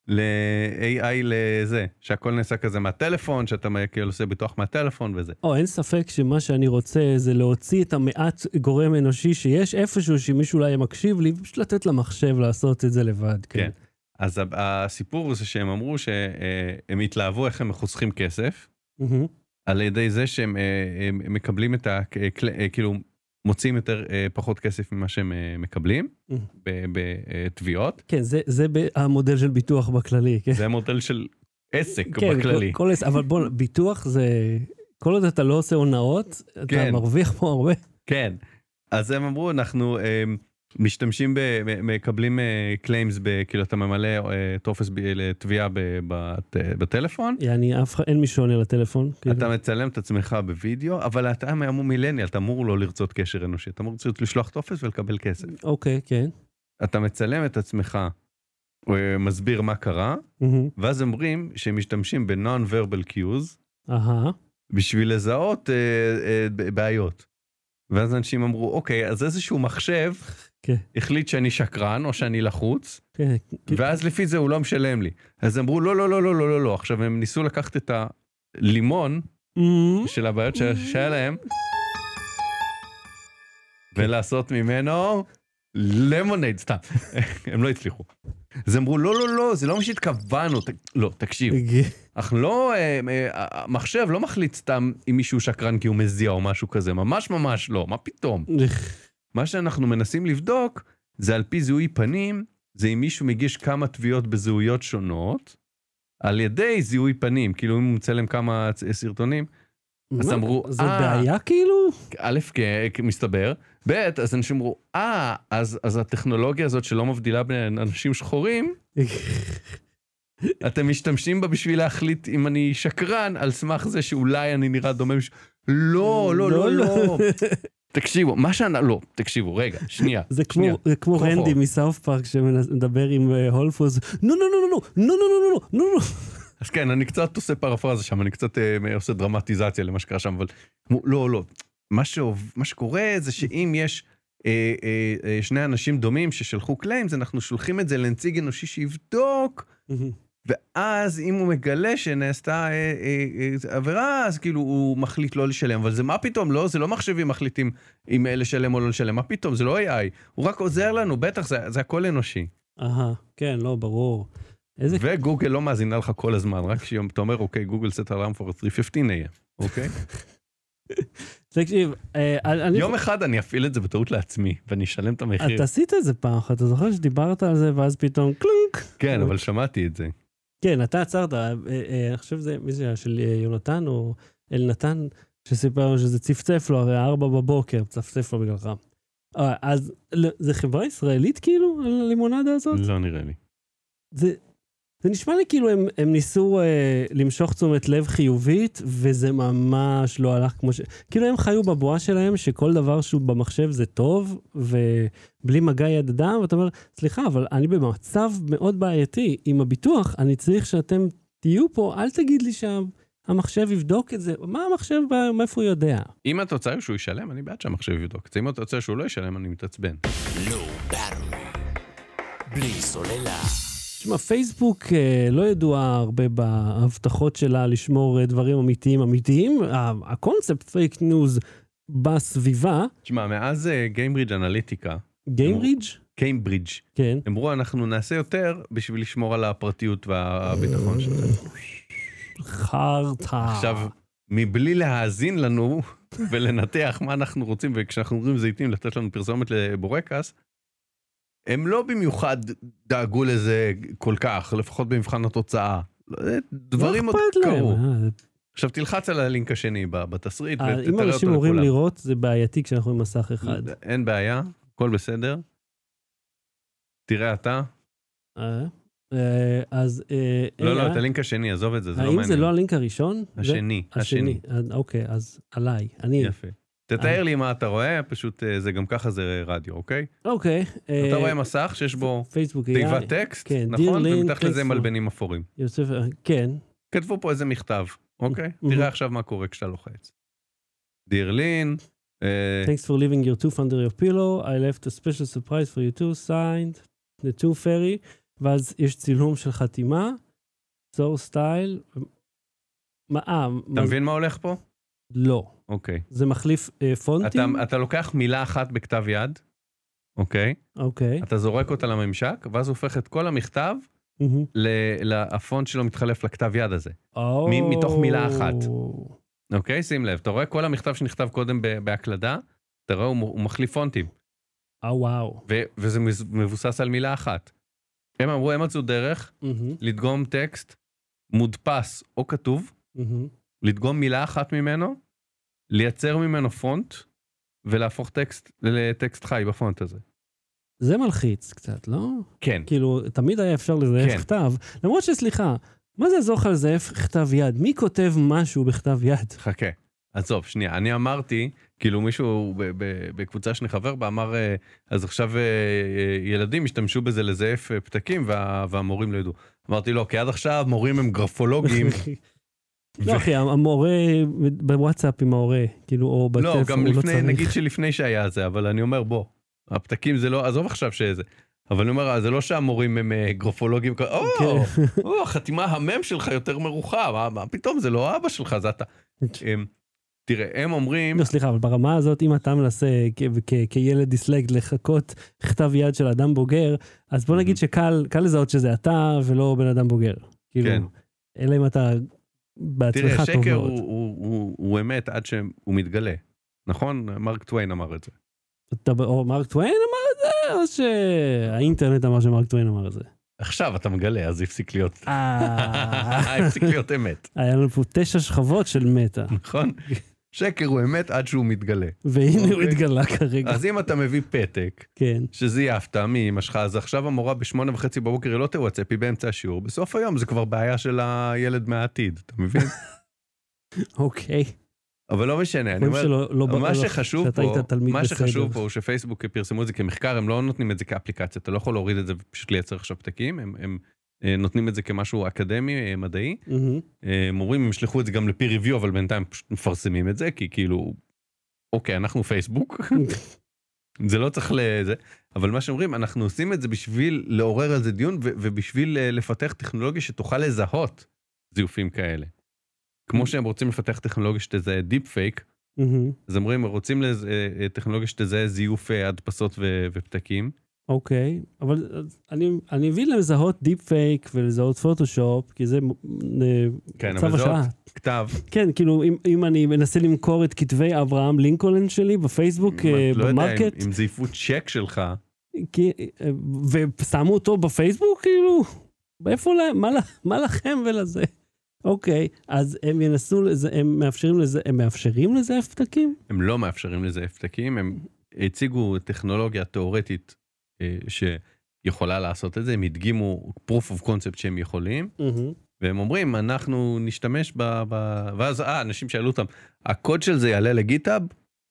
ל-איי איי לזה, שהכל נעשה כזה מהטלפון, שאתה כאילו עושה ביטוח מהטלפון וזה. או, אין ספק שמה שאני רוצה זה להוציא את המעט גורם אנושי שיש איפשהו שמישהו אולי מקשיב לי, פשוט לתת למחשב לעשות את זה לבד. כן. כן. אז הסיפור זה שהם אמרו שהם התלהבו איך הם מחוסכים כסף, מהמם. על ידי זה שהם הם מקבלים את ה... כאילו, מוצאים יותר פחות כסף ממה שהם מקבלים בתביעות. כן, זה, זה ב- המודל של ביטוח בכללי. כן, זה המודל של עסק כן, בכללי. כל, כל, עס- אבל בוא, ביטוח זה, כל עוד אתה לא עושה הונאות, אתה כן. מרוויח פה הרבה. כן. אז הם אמרו, אנחנו אה, משתמשים, ב, מ- מקבלים קליימס, כאילו אתה ממלא אה, טופס ב- לתביעה ב- בת- בטלפון, יעני, אף אחד, אין מי שעונה לטלפון. כאילו. אתה מצלם את עצמך בווידאו, אבל אתה אמור מילניאל, אתה אמור לא לרצות קשר אנושי, אתה אמור לרצות לשלוח טופס ולקבל כסף. אוקיי, כן. אתה מצלם את עצמך, אה, מסביר מה קרה, מהמם. ואז אומרים שהם משתמשים ב-non-verbal cues, אהה. בשביל לזהות אה, אה, ב- בעיות. ואז אנשים אמרו, אוקיי, אז איזשהו מחשב כן. החליט שאני שקרן או שאני לחוץ, כן. ואז לפי זה הוא לא משלם לי. אז אמרו, לא, לא, לא, לא, לא, לא, לא. עכשיו הם ניסו לקחת את הלימון מהמם. של הבעיות ש- שהיה להם, ולעשות ממנו למונייד, סתם. הם לא הצליחו. אז אמרו, לא, לא, לא, זה לא מה שהתכוונו. ת- לא, תקשיב. אנחנו לא, אה, אה, המחשב לא מחליט סתם אם מישהו שקרן כי הוא מזיע או משהו כזה, ממש ממש לא, מה פתאום? מה שאנחנו מנסים לבדוק זה על פי זיהוי פנים, זה אם מישהו מגיש כמה תביעות בזהויות שונות, על ידי זיהוי פנים, כאילו אם הוא מצלם כמה סרטונים, אז מה? אמרו, זה "אה." בעיה כאילו? א', כ- מסתבר, ב', אז אנשים אמרו, אה, אז, אז הטכנולוגיה הזאת שלא מבדילה בין אנשים שחורים, אתם משתמשים בה בשביל להחליט אם אני שקרן, על סמך זה שאולי אני נראה דומה. מש... לא, לא, לא, לא. תקשיבו, מה שאני... לא, תקשיבו, רגע, שנייה. זה שנייה. כמו, זה כמו כוחו. רנדי מסאוף פארק שמדבר עם אה, הולפוז, נו, נו, נו, נו, נו, נו, נו, נו, נו, נו, נו. אז כן, אני קצת עושה פרפרזה שם, אני קצת אה, עושה דרמטיזציה למה שקרה שם, אבל כמו, לא, לא. מה, שעוב, מה שקורה זה שאם יש אה, אה, אה, שני אנשים דומים ששלחו קליימס, אנחנו שולחים את זה לנציג אנושי שיבדוק, ואז אם הוא מגלה שנעשתה אה, אה, אה, עבירה, אז כאילו הוא מחליט לא לשלם, אבל זה מה פתאום? לא, זה לא מחשבים מחליטים אם לשלם או לא לשלם, מה פתאום? זה לא איי איי, הוא רק עוזר לנו, בטח, זה, זה הכל אנושי. אהה, כן, לא, ברור. איזה... וגוגל לא מאזינה לך כל הזמן, רק כשאתה אומר, אוקיי, גוגל set alarm for three fifteen איי אם, אוקיי? תקשיב, אה, אני... יום אחד אני אפעיל את זה בטעות לעצמי, ואני אשלם את המחיר. אתה עשית את זה פעם אחת, אתה זוכר שדיברת על זה, ואז פתאום קלונק. כן, אבל שמעתי את זה. כן, אתה עצרת, אה, אה, אני חושב שזה, מי זה היה, של אה, יונתן או אלנתן, שסיפר לו שזה צפצף לו, הרי ארבע בבוקר, צפצף לו בגללך. אה, אז ל- זה חברה ישראלית כאילו, על הלימונדה הזאת? לא נראה לי. זה, זה נשמע לי כאילו הם, הם ניסו אה, למשוך תשומת לב חיובית, וזה ממש לא הלך כמו ש... כאילו הם חיו בבועה שלהם, שכל דבר שהוא במחשב זה טוב, ובלי מגע יד אדם, ואתה אומר, סליחה, אבל אני במצב מאוד בעייתי, עם הביטוח, אני צריך שאתם תהיו פה, אל תגיד לי שהמחשב יבדוק את זה, מה המחשב, מאיפה הוא יודע? אם התוצאה היא שהוא ישלם, אני בעד שהמחשב יבדוק. אם התוצאה שהוא לא ישלם, אני מתעצבן. Low Battery. בלי סוללה. תשמע, פייסבוק אה, לא ידועה הרבה בהבטחות שלה לשמור אה, דברים אמיתיים אמיתיים. הקונספט פייק ניוז בסביבה, תשמע, מאז גיימברידג' אנליטיקה, גיימרידג'? קיימברידג', כן. אמרו, אנחנו נעשה יותר בשביל לשמור על הפרטיות והביטחון שלכם. חרטה. עכשיו, מבלי להאזין לנו ולנתח מה אנחנו רוצים, וכשאנחנו אומרים זיתים לתת לנו פרסומת לבורקס, הם לא במיוחד דאגו לזה כל כך, לפחות במבחן התוצאה. דברים עוד קרו. עכשיו תלחץ על הלינק השני בתסריט ותראה אותו אם לכולם. אנשים אומרים לראות, זה בעייתי כשאנחנו עם מסך אחד. אין בעיה, הכל בסדר. תראה אתה. אז... לא, לא, את הלינק השני, עזוב את זה, זה לא מעניין. האם זה לא הלינק הראשון? השני, השני. אוקיי, אז עליי. אני... יפה. תתאר לי מה אתה רואה, פשוט זה גם ככה זה רדיו, אוקיי? אוקיי. אתה רואה מסך שיש בו תיבת טקסט, נכון? ומתחת לזה מלבנים אפורים. יוסף, כן. כתבו פה איזה מכתב, אוקיי? תראה עכשיו מה קורה כשאתה לוחץ. Dear Lynn, Thanks for leaving your tooth under your pillow. I left a special surprise for you too, signed, the tooth fairy. ואז יש צילום של חתימה, source style, מה, אה, אתה מבין מה הולך פה? לא. אוקיי. זה מחליף אה, פונטים? אתה, אתה לוקח מילה אחת בכתב יד, אוקיי? אוקיי. אתה זורק אותה לממשק, ואז הופך את כל המכתב, הפונט שלו מתחלף לכתב יד הזה. מתוך מילה אחת. אוקיי, שים לב. אתה רואה כל המכתב שנכתב קודם בהקלדה, אתה רואה, הוא מחליף פונטים. אה, וואו. וזה מבוסס על מילה אחת. הם אמרו, הם מצאו דרך לדגום טקסט מודפס או כתוב, לדגום מילה אחת ממנו, לייצר ממנו פונט, ולהפוך טקסט לטקסט חי בפונט הזה. זה מלחיץ קצת, לא? כן. כאילו, תמיד היה אפשר לזייף כן. כתב. למרות שסליחה, מה זה יעזור לך לזייף כתב יד? מי כותב משהו בכתב יד? חכה. עזוב, שנייה. אני אמרתי, כאילו מישהו בקבוצה שאני חבר בה אמר, אז עכשיו ילדים השתמשו בזה לזייף פתקים, והמורים לא ידעו. אמרתי לו, כי עד עכשיו מורים הם גרפולוגים. לא אחי, המורה בוואטסאפ עם ההורה, כאילו, או בטלפון, לא, גם לפני, נגיד שלפני שהיה זה, אבל אני אומר, בוא, הפתקים זה לא, עזוב עכשיו שזה. אבל אני אומר, זה לא שהמורים הם גרפולוגים, או, החתימה המם שלך יותר מרוחה, מה פתאום, זה לא אבא שלך, זה אתה. תראה, הם אומרים... לא, סליחה, אבל ברמה הזאת, אם אתה מנסה כילד דיסלקט לחכות כתב יד של אדם בוגר, אז בוא נגיד שקל לזהות שזה אתה ולא בן אדם בוגר. כן. אלא אם אתה בעצמך טוב מאוד. תראה, שקר הוא אמת עד שהוא מתגלה. נכון? מרק טוויין אמר את זה. או מרק טוויין אמר את זה, או שהאינטרנט אמר שמרק טוויין אמר את זה? עכשיו אתה מגלה, אז הפסיק להיות... הפסיק להיות אמת. היה לנו פה תשע שכבות של מטה. נכון? שקר הוא אמת עד שהוא מתגלה. והנה הוא התגלה כרגע. אז אם אתה מביא פתק, שזייפת מאמא שלך, אז עכשיו המורה בשמונה וחצי בבוקר היא לא תוואטסאפ, היא באמצע השיעור. בסוף היום זה כבר בעיה של הילד מהעתיד, אתה מבין? אוקיי. אבל לא משנה, אני אומר, מה שחשוב פה, מה שחשוב פה הוא שפייסבוק פרסמו את זה כמחקר, הם לא נותנים את זה כאפליקציה, אתה לא יכול להוריד את זה ופשוט לייצר עכשיו פתקים, הם נותנים את זה כמשהו אקדמי, מדעי, הם אומרים, הם ישלחו את זה גם לפיר ריוויו, אבל בינתיים פשוט מפרסמים את זה, כי כאילו, אוקיי, אנחנו פייסבוק, זה לא צריך לזה, אבל מה שאומרים, אנחנו עושים את זה בשביל לעורר על זה דיון, ובשביל לפתח טכנולוגיה שתוכל לזהות זיופים כאלה. כמו שהם רוצים לפתח טכנולוגיה שתזהה דיפ פייק, אז אומרים, רוצים טכנולוגיה שתזהה זיוף הדפסות ופתקים. אוקיי, אבל אני מבין לזהות דיפ פייק ולזהות פוטושופ, כי זה צו השעה. כתב. כן, כאילו, אם אני מנסה למכור את כתבי אברהם לינקולן שלי בפייסבוק, במרקט. לא יודע, אם זייפו צ'ק שלך. ושמו אותו בפייסבוק, כאילו, איפה להם, מה לכם ולזה? אוקיי, אז הם ינסו לזה, הם מאפשרים לזה, הם מאפשרים לזה פתקים? הם לא מאפשרים לזה פתקים, הם הציגו טכנולוגיה תיאורטית שיכולה לעשות את זה, הם הדגימו proof of concept שהם יכולים, והם אומרים, אנחנו נשתמש ב... ואז, אה, אנשים שאלו אותם, הקוד של זה יעלה לגיטאב?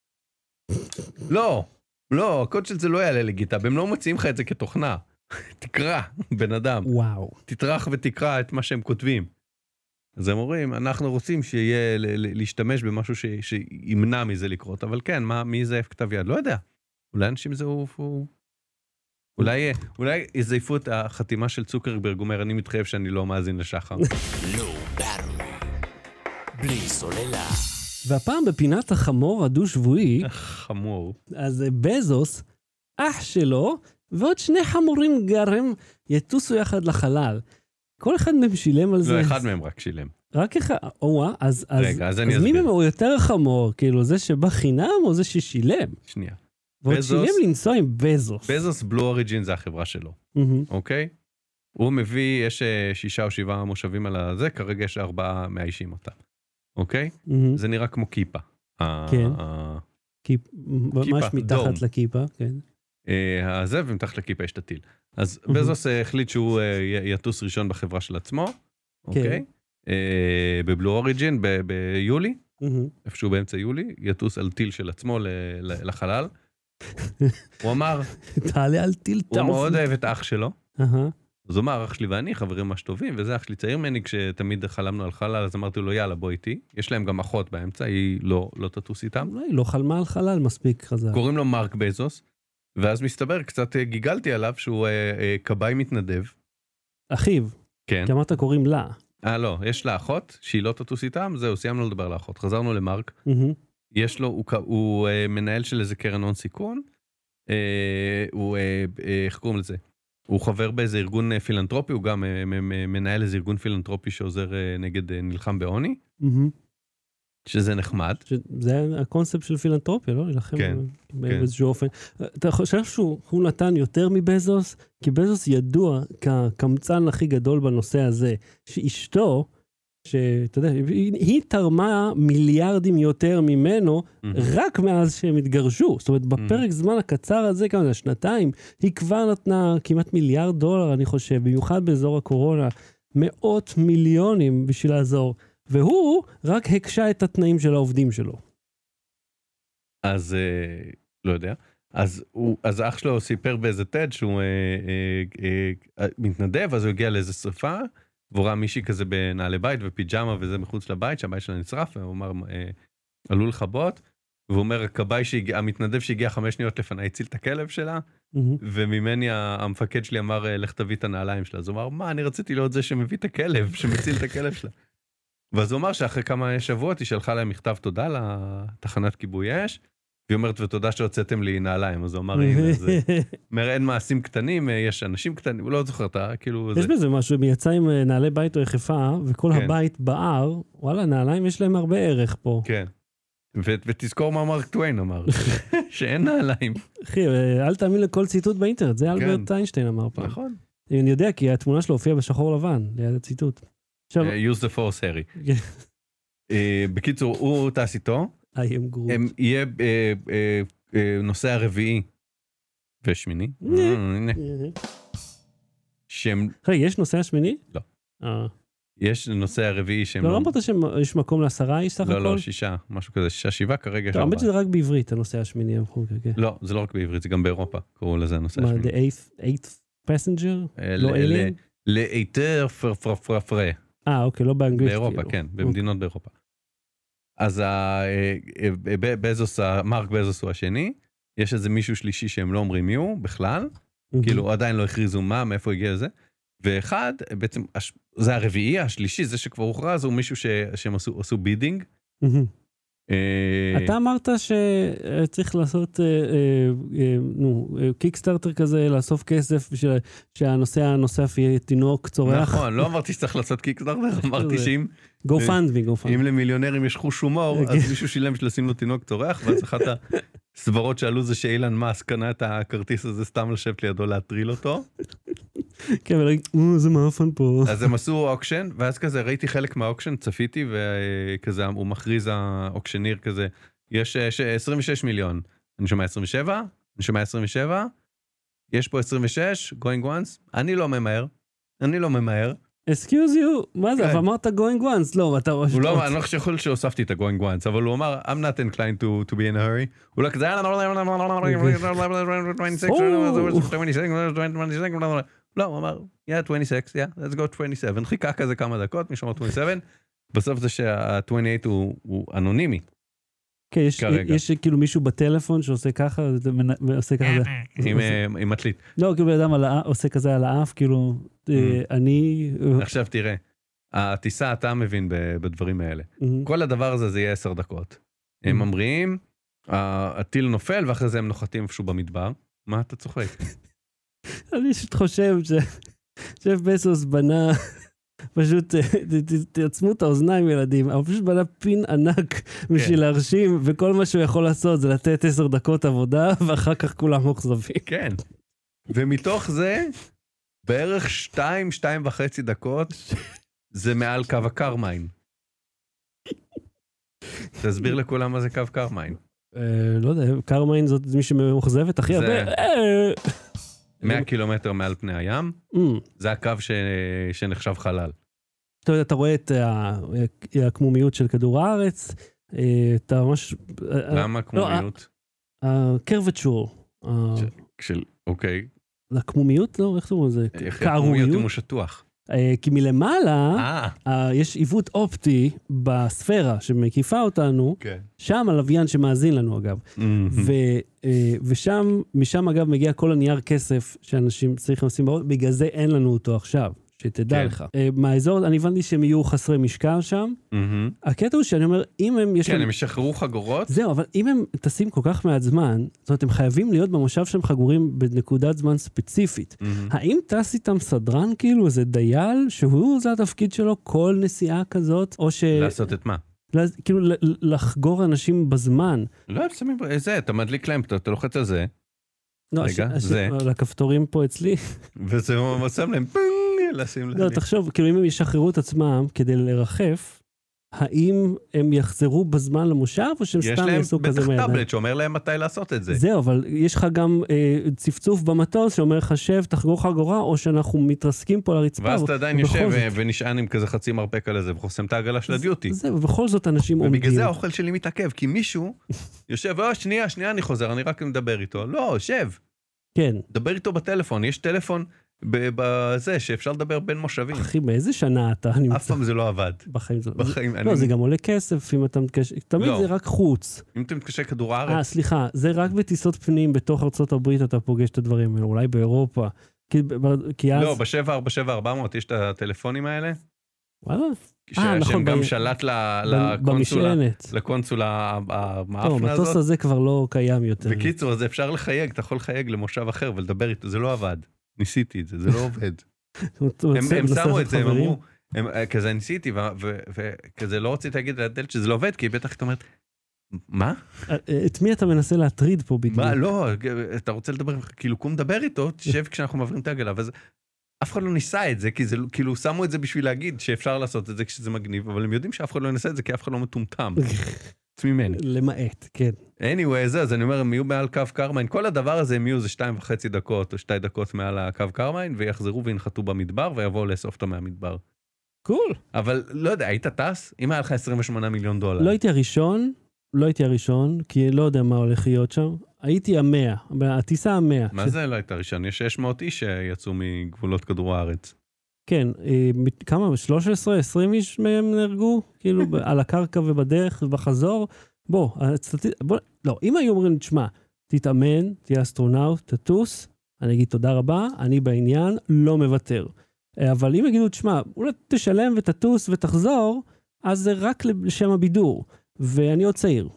לא, לא, הקוד של זה לא יעלה לגיטאב, הם לא מציעים לך את זה כתוכנה. תקרא, בן אדם. וואו. תטרח ותקרא את מה שהם כותבים. אז הם אומרים, אנחנו רוצים שיהיה להשתמש במשהו שימנע מזה לקרות, אבל כן, מי זה כתב יד? לא יודע. אולי אנשים זהו... אולי, אולי יזייפו את החתימה של צוקרברג, אומר, אני מתחייב שאני לא מאזין לשחר. Low battery. בלי סוללה. והפעם בפינת החמור הדו-שבועי, חמור. אז בזוס, אח שלו, ועוד שני חמורים גרם יטוסו יחד לחלל. כל אחד מהם שילם על זה. לא, אחד מהם רק שילם. רק אחד, או אז, אז, רגע, אז, אז, אז מי מהם הוא יותר חמור? כאילו, זה שבא חינם או זה ששילם? שנייה. ועוד שילם לנסוע עם בזוס. בזוס בלו אוריג'ין זה החברה שלו, אוקיי? הוא מביא, יש שישה או שבעה מושבים על הזה, כרגע יש ארבעה מאיישים אותה, אוקיי? זה נראה כמו כיפה. כן. ממש מתחת לכיפה, כן. הזה, ומתחת לכיפה יש את הטיל. אז בזוס החליט שהוא יטוס ראשון בחברה של עצמו, אוקיי? בבלו אוריג'ין ביולי, איפשהו באמצע יולי, יטוס על טיל של עצמו לחלל. הוא אמר, תעלה על טיל טוב. הוא מאוד אוהב את האח שלו. אז הוא אמר, אח שלי ואני חברים ממש טובים, וזה אח שלי צעיר ממני, כשתמיד חלמנו על חלל, אז אמרתי לו, יאללה, בוא איתי. יש להם גם אחות באמצע, היא לא תטוס איתם. אולי, לא חלמה על חלל מספיק חזק. קוראים לו מרק בזוס, ואז מסתבר, קצת גיגלתי עליו, שהוא קבאי מתנדב, אחיו, כן. כי אמרת קוראים לה. אה, לא, יש לה אחות, שהיא לא תטוס איתם, זהו, סיימנו לדבר לאחות. חזרנו למרק. מהמם. יש לו, הוא, הוא uh, מנהל של איזה קרן הון סיכון. Uh, הוא, uh, uh, איך קוראים לזה? הוא חבר באיזה ארגון uh, פילנטרופי, הוא גם uh, מנהל איזה ארגון פילנטרופי שעוזר uh, נגד uh, נלחם בעוני. מהמם. שזה נחמד. זה הקונספט של פילנטרופיה, לא? להילחם כן, באיזשהו אופן. אתה חושב שהוא נתן יותר מבזוס? כי בזוס ידוע כקמצן הכי גדול בנושא הזה, שאשתו, שאתה יודע, היא תרמה מיליארדים יותר ממנו, רק מאז שהם התגרשו. זאת אומרת, בפרק זמן הקצר הזה, כמה זה, שנתיים, היא כבר נתנה כמעט מיליארד דולר, אני חושב, במיוחד באזור הקורונה, מאות מיליונים בשביל לעזור. והוא רק הקשה את התנאים של העובדים שלו. אז, אה, לא יודע. אז, הוא, אז אח שלו סיפר באיזה טד שהוא אה, אה, אה, מתנדב, אז הוא הגיע לאיזה שריפה, והוא ראה מישהי כזה בנעלי בית ופיג'מה וזה מחוץ לבית, שהבית שלה נצרף, והוא אמר, אה, עלו לכבות, והוא אומר, הכבאי שהגיע, המתנדב שהגיע חמש שניות לפני, הציל את הכלב שלה, mm-hmm. וממני המפקד שלי אמר, לך תביא את הנעליים שלה. אז הוא אמר, מה, אני רציתי להיות זה שמביא את הכלב, שמציל את הכלב שלה. ואז הוא אמר שאחרי כמה שבועות היא שלחה להם מכתב תודה לתחנת כיבוי אש, והיא אומרת ותודה שהוצאתם לי נעליים, אז הוא אמר, הנה, זה אומר, אין מעשים קטנים, יש אנשים קטנים, הוא לא זוכר אותה, כאילו... יש בזה משהו, היא יצאה עם נעלי בית או יחפה, וכל הבית בער, וואלה, נעליים יש להם הרבה ערך פה. כן, ותזכור מה מרק טוויין אמר, שאין נעליים. אחי, אל תאמין לכל ציטוט באינטרנט, זה אלברט איינשטיין אמר פעם. נכון. אני יודע, כי התמונה שלו הופיעה בשחור לבן, ליד הציטוט. use the force, Harry. בקיצור, הוא טס איתו. I am Groot. יהיה נושא הרביעי ושמיני. אחרי, יש נושא השמיני? לא. יש נושא הרביעי שהם... לא, לא אמרת שיש מקום לעשרה איש סך הכל? לא, לא, שישה, משהו כזה, שישה, שבעה, כרגע... לא, האמת שזה רק בעברית, הנושא השמיני. לא, זה לא רק בעברית, זה גם באירופה, קראו לזה הנושא השמיני. מה, the eighth passenger? לא אלien? לאיתר פרפרפרה. אה, אוקיי, לא באנגלית. באירופה, כן, במדינות באירופה. אז בזוס, מרק בזוס הוא השני, יש איזה מישהו שלישי שהם לא אומרים מי הוא בכלל, כאילו עדיין לא הכריזו מה, מאיפה הגיע לזה, ואחד, בעצם, זה הרביעי, השלישי, זה שכבר הוכרז, הוא מישהו שהם עשו בידינג. אתה אמרת שצריך לעשות, נו, קיקסטארטר כזה, לאסוף כסף, שהנושא הנוסף יהיה תינוק צורח. נכון, לא אמרתי שצריך לעשות קיקסטארטר, אמרתי שאם... גופנדמי, גופנדמי. אם למיליונרים יש חוש הומור, אז מישהו שילם שלשים לו תינוק צורח, ואז אחת הסברות שעלו זה שאילן מאסק קנה את הכרטיס הזה סתם לשבת לידו להטריל אותו. כן, ולהגיד, זה מאפן פה. אז הם עשו אוקשן, ואז כזה ראיתי חלק מהאוקשן, צפיתי, וכזה הוא מכריז האוקשניר כזה, יש עשרים ושש מיליון, אני שומע עשרים ושבע, אני שומע עשרים ושבע, יש פה עשרים ושש, going once, אני לא ממהר, אני לא ממהר. Excuse you, מה זה? אבל אמרת going once, לא, אתה... הוא לא, אני לא חושב שיכול שהוספתי את ה-going once, אבל הוא אמר, I'm not inclined to be in a hurry, הוא לא כזה, לא, הוא אמר, yeah, עשרים ושש, yeah, let's go עשרים ושבע, חיכה כזה כמה דקות, מישהו אמר עשרים ושבע, בסוף זה שה-עשרים ושמונה הוא אנונימי. כן, יש כאילו מישהו בטלפון שעושה ככה, ועושה ככה. עם מטלית. לא, כאילו אדם עושה כזה על האף, כאילו, אני... עכשיו תראה, הטיסה אתה מבין בדברים האלה. כל הדבר הזה זה יהיה עשר דקות. הם ממריאים, הטיל נופל, ואחרי זה הם נוחתים איפשהו במדבר. מה אתה צוחק? אני פשוט חושב ששף בסוס בנה, פשוט תעצמו את האוזניים ילדים, אבל פשוט בנה פין ענק בשביל להרשים, וכל מה שהוא יכול לעשות זה לתת עשר דקות עבודה, ואחר כך כולם מוחזבים. כן. ומתוך זה, בערך שתיים, שתיים וחצי דקות, זה מעל קו הקרמיין. תסביר לכולם מה זה קו קרמיין. לא יודע, קרמיין זאת מי שמוחזבת הכי הרבה. מאה קילומטר מעל פני הים, זה הקו שנחשב חלל. אתה יודע, אתה רואה את הקמומיות של כדור הארץ, אתה ממש... למה הקמומיות? הקרבצ'ור. של, אוקיי. הקמומיות? לא, איך זה? זה? קערוריות הוא שטוח. כי מלמעלה יש עיוות אופטי בספירה שמקיפה אותנו, שם הלוויין שמאזין לנו אגב, ושם, משם אגב מגיע כל הנייר כסף שאנשים צריכים לשים בעוד, בגלל זה אין לנו אותו עכשיו, שתדע כן. לך. אה, מהאזור, אני הבנתי שהם יהיו חסרי משקל שם. מהמם. הקטע הוא שאני אומר, אם הם... יש כן, להם... הם ישחררו חגורות. זהו, אבל אם הם טסים כל כך מעט זמן, זאת אומרת, הם חייבים להיות במושב שהם חגורים בנקודת זמן ספציפית. מהמם. האם טס איתם סדרן, כאילו, איזה דייל, שהוא, זה התפקיד שלו, כל נסיעה כזאת, או ש... לעשות את מה? לה- כאילו, ל- לחגור אנשים בזמן. לא, הם שמים זה, אתה מדליק להם, אתה אתה לוחץ על זה, לא, רגע, הש- הש- זה. לכפתורים פה אצלי. וזה שם להם פינג, לשים לא, להם. תחשוב, כאילו, אם הם ישחררו את עצמם כדי לרחף, האם הם יחזרו בזמן למושב, או שהם יש סתם להם יעשו כזה בטח מהידיים? טאבלט שאומר להם מתי לעשות את זה. זהו, אבל יש לך גם אה, צפצוף במטוס שאומר לך שב, תחגור חגורה, או שאנחנו מתרסקים פה על הרצפה. ואז אתה עדיין ובכל יושב זאת- ו- ונשען עם כזה חצי מרפק על זה, וחוסם את העגלה של הדיוטי. זהו, ובכל זאת אנשים עומדים. ובגלל זה האוכל שלי מתעכב, כי מישהו יושב, אה, שנייה, שנייה, אני חוזר, אני רק מדבר איתו. לא, שב, כן. דבר איתו בטלפון, יש טלפון ב- בזה שאפשר לדבר בין מושבים. אחי, באיזה שנה אתה נמצא? אף פעם זה לא עבד. בחיים זה... בחיים, לא, אני- זה גם עולה כסף אם אתה מתקשר... תמיד לא. זה רק חוץ. אם אתה מתקשר כדור אה, הארץ, סליחה, זה רק בטיסות פנים בתוך ארצות הברית אתה פוגש את הדברים האלה, אולי באירופה. כי, ב- כי אז... לא, ב-שבע ארבע שבע ארבע מאות יש את הטלפונים האלה, וואלה. ש- אה, נכון, שהם גם ב- שלט ל- ב- לקונסולה, במשענת. לקונסולה טוב, המאפנה המטוס הזאת. הזה כבר לא קיים יותר. בקיצור, אז אפשר לחייג, אתה יכול לחייג למושב אחר ולדבר איתו, זה לא עבד. ניסיתי את זה, זה לא עובד. הוא הם עושה- הם מנסה שמו לעשות את זה, הם חברים. אמרו, הם, אה, כזה ניסיתי, ו- ו- וכזה לא רציתי להגיד לדלת שזה לא עובד, כי בטח אתה אומרת, מה? אה, אה, את מי אתה מנסה להטריד פה בדיוק? מה? לא, אתה רוצה לדבר, כאילו, קום דבר איתו, תשב כשאנחנו מעבירים את העגלה, ואז אף אחד לא ניסה את זה, כי זה, כאילו, שמו את זה בשביל להגיד שאפשר לעשות את זה כשזה מגניב, אבל הם יודעים שאף אחד לא ינסה את זה, כי אף אחד לא מטומטם. חוץ ממני. למעט, כן. anyway, זה, אז אני אומר, הם יהיו מעל קו קרמיין, כל הדבר הזה הם יהיו זה שתיים וחצי דקות, או שתי דקות מעל הקו קרמיין, ויחזרו וינחתו במדבר, ויבואו לאסוף אותם מהמדבר. קול. אבל לא יודע, היית טס? אם היה לך עשרים ושמונה מיליון דולר. לא הייתי הראשון, לא הייתי הראשון, כי לא יודע מה הולך להיות שם. הייתי המאה, הטיסה המאה. מה זה לא היית ראשון? יש שש מאות איש שיצאו מגבולות כדור הארץ. כן, אה, מת- כמה? שלוש עשרה עשרים איש מהם נהרגו? כאילו, ב- על הקרקע ובדרך ובחזור? בוא, הסטטיסט- בוא, לא, אם היו אומרים, תשמע, תתאמן, תהיה אסטרונאוט, תטוס, אני אגיד תודה רבה, אני בעניין, לא מוותר. אה, אבל אם יגידו, תשמע, אולי תשלם ותטוס ותחזור, אז זה רק לשם הבידור. ואני עוד צעיר,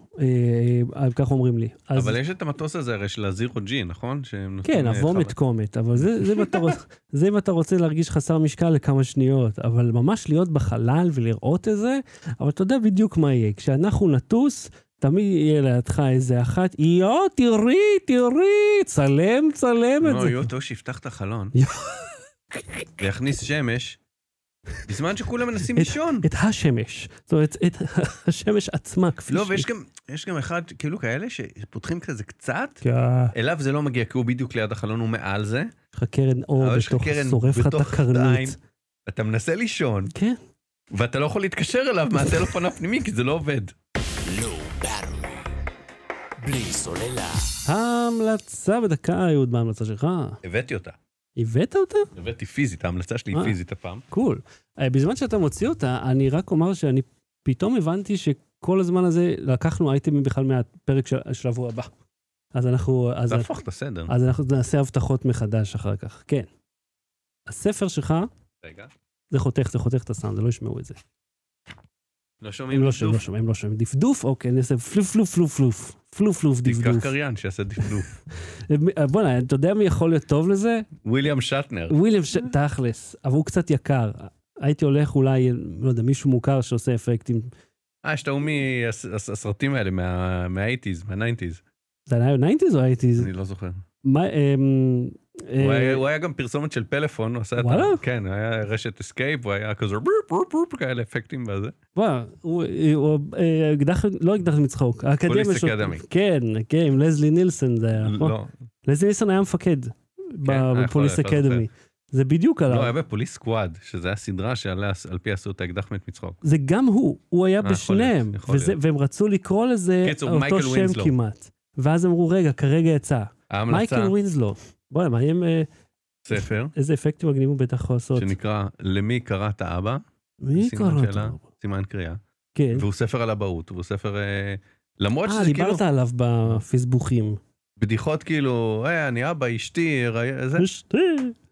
אה, אה, כך אומרים לי. אז... אבל יש את המטוס הזה הרי של הזירו ג'י, נכון? שהם נותנים, כן, אה, אבומת חווה. קומט, אבל זה, זה, אם אתה רוצ- זה אם אתה רוצה להרגיש חסר משקל לכמה שניות, אבל ממש להיות בחלל ולראות את זה, אבל אתה יודע בדיוק מה יהיה. כשאנחנו נטוס, תמיד יהיה לידך איזה אחת, יו, תראי, תראי, צלם, צלם את לא, זה. יו, טוב שיפתח את החלון. יו. ויכניס שמש, בזמן שכולם מנסים את- לישון. את השמש, זאת אומרת, את השמש עצמה, כפי לא, שהיא. ויש גם, יש גם אחד, כאילו כאלה, שפותחים כזה קצת, כן, אליו זה לא מגיע, כי הוא בדיוק ליד החלון, הוא מעל זה. יש לך קרן אור אבל יש לך בתוך, קרן שורף לך את בתוך הקרנית. העין. אתה מנסה לישון, כן. ואתה לא יכול להתקשר אליו מהטלפון הפנימי, כי זה לא עובד. Low Battery. בלי סוללה. ההמלצה בדקה, אהוד, מה ההמלצה שלך? הבאתי אותה. הבאת אותה? הבאתי פיזית, ההמלצה שלי היא אה. פיזית הפעם. קול. Uh, בזמן שאתה מוציא אותה, אני רק אומר שאני פתאום הבנתי שכל הזמן הזה לקחנו אייטמים בכלל מהפרק של השבוע הבא. אז אנחנו, אז, תהפוך את הסדר. אז אנחנו נעשה הבטחות מחדש אחר כך. כן. הספר שלך, רגע. זה חותך, זה חותך את הסאונד, זה לא ישמעו את זה. לא שומעים הם לא שומעים, לא שומעים, הם לא שומעים. דפדוף, אוקיי, נעשה פלוף, פלוף, פלוף, פלוף. פלוף, פלוף, תיקח דפדוף. קריין שיעשה דפדוף. בוא'נה, אתה יודע מי יכול להיות טוב לזה? וויליאם שטנר. וויליאם ש... תכלס, אבל הוא קצת יקר. הייתי הולך אולי, לא יודע, מישהו מוכר שעושה אפקטים. אה, יש את ההוא מהסרטים האלה, מה-שמונים, מה-תשעים. זה היה ניינטיז או אייטיז? אני לא זוכר. מה, אמ... הוא היה- הוא היה גם פרסומת של פלאפון, הוא עשה את ה... וואלה? כן, הוא היה רשת אסקייפ, הוא היה כזה ברופ ברופ ברופ כאלה אפקטים וזה. וואו, הוא, הוא, אה, אקדח, לא אקדח מצחוק, האקדמיה פוליס שלו- אקדמי. כן, כן, עם לזלי נילסון זה היה, נכון? לא, לזלי נילסון היה מפקד ב- היה יכול בפוליס להיות, לא אקדמי. זה בדיוק לא, עליו. היה בפוליס סקוואד, שזה היה סדרה שעל פי עשו את האקדח מת מצחוק. זה גם הוא, הוא היה אה, יכול להיות, בשניהם, יכול וזה- להיות. והם רצו לקרוא לזה קיצור, אותו מייקל שם ווינסלו. כמעט. ואז אמרו, רגע, כרגע יצא. ההמלצה, מייקל ווינסלו. בואי, מעניין אה, ספר, איזה אפקטים מגניבים הוא בטח יכול לעשות. שנקרא למי קראת אבא, מי סימן קרא שאלה. אותו? סימן קריאה, כן. והוא ספר על אבהות, והוא ספר, אה, למרות אה, שזה כאילו, דיברת עליו בפייסבוכים. בדיחות כאילו, אה, אני אבא, אשתי, ראי- זה, אשתי.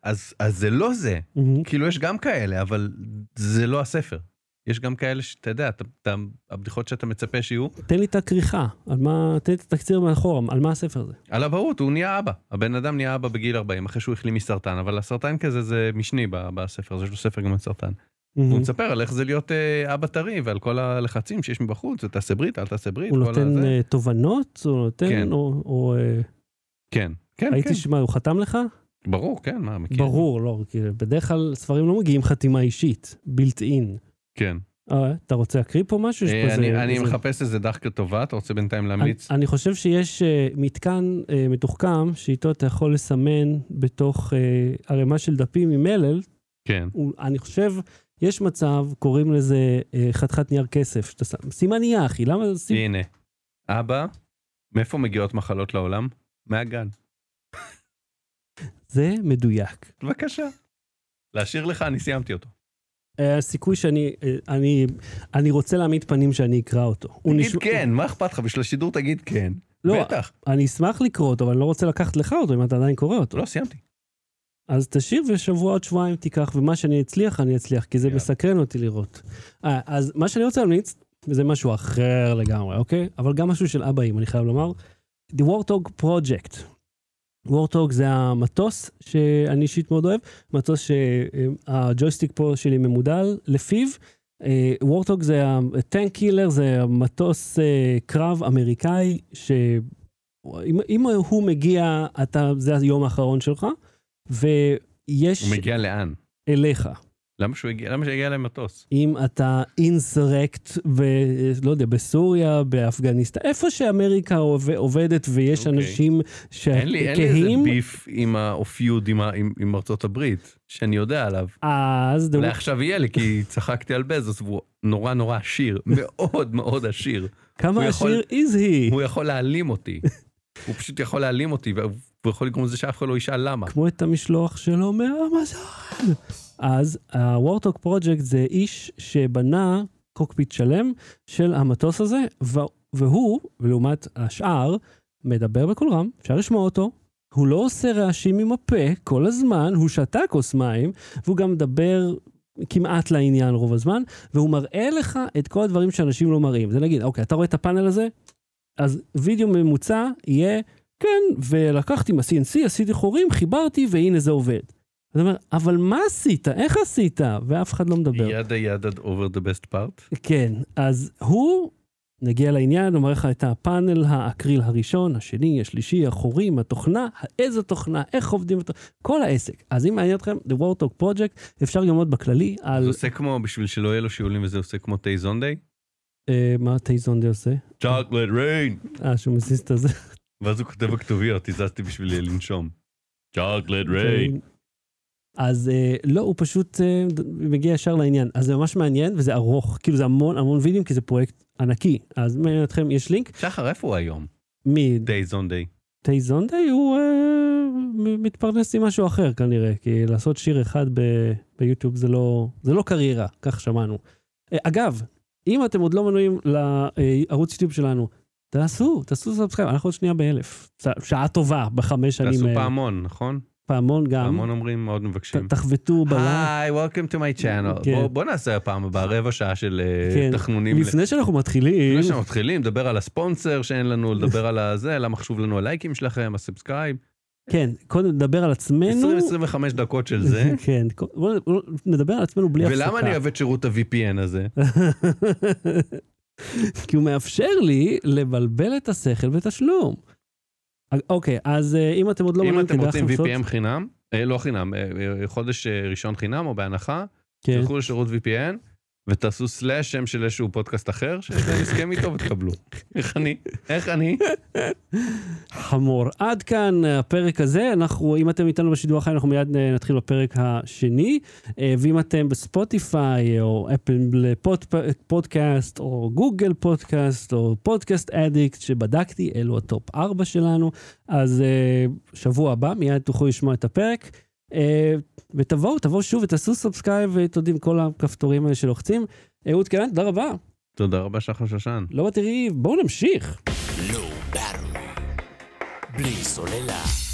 אז, אז זה לא זה. מהמם. כאילו, יש גם כאלה, אבל זה לא הספר. יש גם כאלה שאתה יודע, אתה, אתה, הבדיחות שאתה מצפה שיהיו. תן לי את הכריכה, על מה, תן לי את התקציר מאחורה, על מה הספר הזה? על הבאות, הוא נהיה אבא. הבן אדם נהיה אבא בגיל ארבעים, אחרי שהוא החלים מסרטן, אבל הסרטן כזה זה משני בספר, אז יש לו ספר גם על סרטן. הוא מספר על איך זה להיות אבא טרי, ועל כל הלחצים שיש מבחוץ, תעשה ברית, אל תעשה ברית. הוא נותן תובנות, הוא נותן, או... כן, כן, הייתי שמה, הוא חתם לך? ברור, כן, מה, מכיר. ברור, לא, בדרך כלל ספרים לא מגיעים חתימה אישית, בילט אין. כן. אתה רוצה להקריא פה משהו? אני מחפש איזה דחקה טובה, אתה רוצה בינתיים להמליץ? אני חושב שיש מתקן מתוחכם, שאיתו אתה יכול לסמן בתוך ערימה של דפים עם מלל. כן. אני חושב, יש מצב, קוראים לזה חתיכת נייר כסף, סימניה, אחי, למה? הנה, אבא, מאיפה מגיעות מחלות לעולם? מהגן. זה מדויק. בבקשה. להשאיר לך, אני סיימתי אותו. הסיכוי שאני, אני, אני רוצה להעמיד פנים שאני אקרא אותו. תגיד כן, מה אכפת לך? בשביל השידור תגיד כן. לא, בטח. אני אשמח לקרוא אותו, אבל אני לא רוצה לקחת לך אותו אם אתה עדיין קורא אותו. לא, סיימתי. אז תשאיר ושבוע עוד שבועיים תיקח, ומה שאני אצליח, אני אצליח, כי זה מסקרן אותי לראות. אז מה שאני רוצה להמליץ, זה משהו אחר לגמרי, אוקיי? אבל גם משהו של אבאים, אני חייב לומר. The Warthog Project. Warthog זה המטוס שאני אישית מאוד אוהב, מטוס שהג'ויסטיק פה שלי ממודל לפיו. Warthog זה הטנק קילר, זה המטוס קרב אמריקאי, שאם הוא מגיע, אתה, זה היום האחרון שלך, ויש... הוא מגיע לאן? אליך. למה שהוא הגיע? למה שהגיע למטוס? אם אתה אינסרקט, ולא יודע, בסוריה, באפגניסטן, איפה שאמריקה עובדת ויש okay. אנשים שכהים... אין לי, אין לי איזה ביף עם האופיוד עם, עם, עם ארצות הברית, שאני יודע עליו. אז... אולי עכשיו יהיה לי, כי צחקתי על בזוס, והוא נורא נורא עשיר, מאוד מאוד עשיר. כמה עשיר is he? הוא יכול להעלים אותי. הוא פשוט יכול להעלים אותי, והוא יכול לגרום לזה שאף אחד לא ישאל למה. כמו את המשלוח שלו מהאמזון. אז ה-Warthog Project זה איש שבנה קוקפיט שלם של המטוס הזה, והוא, ולעומת השאר, מדבר בכל רם, אפשר לשמוע אותו, הוא לא עושה רעשים עם הפה כל הזמן, הוא שתה כוס מים, והוא גם מדבר כמעט לעניין רוב הזמן, והוא מראה לך את כל הדברים שאנשים לא מראים. זה נגיד, אוקיי, אתה רואה את הפאנל הזה? אז וידאו ממוצע יהיה, כן, ולקחתי מה-סי אן סי, עשיתי חורים, חיברתי, והנה זה עובד. זאת אומרת, אבל מה עשית? איך עשית? ואף אחד לא מדבר. ידה ידה over the best part. כן, אז הוא, נגיע לעניין, הוא מראה לך את הפאנל האקריל הראשון, השני, השלישי, החורים, התוכנה, איזו תוכנה, איך עובדים אותו, כל העסק. אז אם מעניין אתכם, The Warthog Project, אפשר גם עוד בכללי על... זה עושה כמו, בשביל שלא יהיה לו שיעולים, וזה עושה כמו תה זונדי? מה תה זונדי עושה? Chocolate rain. אה, שהוא מסיס את זה. ואז הוא כותב בכתוביות, הזזתי בשביל לנשום. Chocolate rain. אז לא, הוא פשוט מגיע ישר לעניין. אז זה ממש מעניין, וזה ארוך. כאילו זה המון, המון וידאים, כי זה פרויקט ענקי. אז מעניין אתכם, יש לינק. שחר, איפה הוא היום? מי? תה זונדי. תה זונדי הוא מתפרנס עם משהו אחר כנראה, כי לעשות שיר אחד ביוטיוב זה לא, זה לא קריירה, כך שמענו. אגב, אם אתם עוד לא מנויים לערוץ יוטיוב שלנו, תעשו, תעשו סאבסקרייב, אנחנו עוד שנייה באלף. שעה טובה בחמש שנים. תעשו פעמון, נכון? פעמון גם. פעמון אומרים, מאוד מבקשים. תחבטו בלייק. היי, welcome to my channel. בוא נעשה הפעם הבאה, רבע שעה של תכנונים. לפני שאנחנו מתחילים. לפני שאנחנו מתחילים, לדבר על הספונסר שאין לנו, לדבר על הזה, למה חשוב לנו הלייקים שלכם, הסאבסקרייב. כן, קודם נדבר על עצמנו. עשרים עשרים וחמש דקות של זה. כן, בואו נדבר על עצמנו בלי הפסקה. ולמה אני אוהב את שירות ה-וי פי אן הזה? כי הוא מאפשר לי לבלבל את השכל בתשלום. אוקיי, אז אם אתם עוד לא... אם אתם רוצים וי פי אן חינם, לא חינם, חודש ראשון חינם או בהנחה, תלכו לשירות וי פי אן, ותעשו סלאש שם של איזשהו פודקאסט אחר, שנסכם איתו ותקבלו. איך אני? איך אני? חמור. עד כאן הפרק הזה, אנחנו, אם אתם איתנו בשידור החי, אנחנו מיד נתחיל בפרק השני, ואם אתם בספוטיפיי, או אפל פודקאסט, או גוגל פודקאסט, או פודקאסט אדיקט, שבדקתי, אלו הטופ ארבע שלנו, אז שבוע הבא, מיד תוכלו לשמוע את הפרק, ותבואו, תבואו שוב ותעשו סאבסקרייב ותודים כל הכפתורים האלה שלוחצים. אהוד קלן, תודה רבה. תודה רבה שחר שושן. לא בתראי, בואו נמשיך. לואו בארווי, בלי סוללה.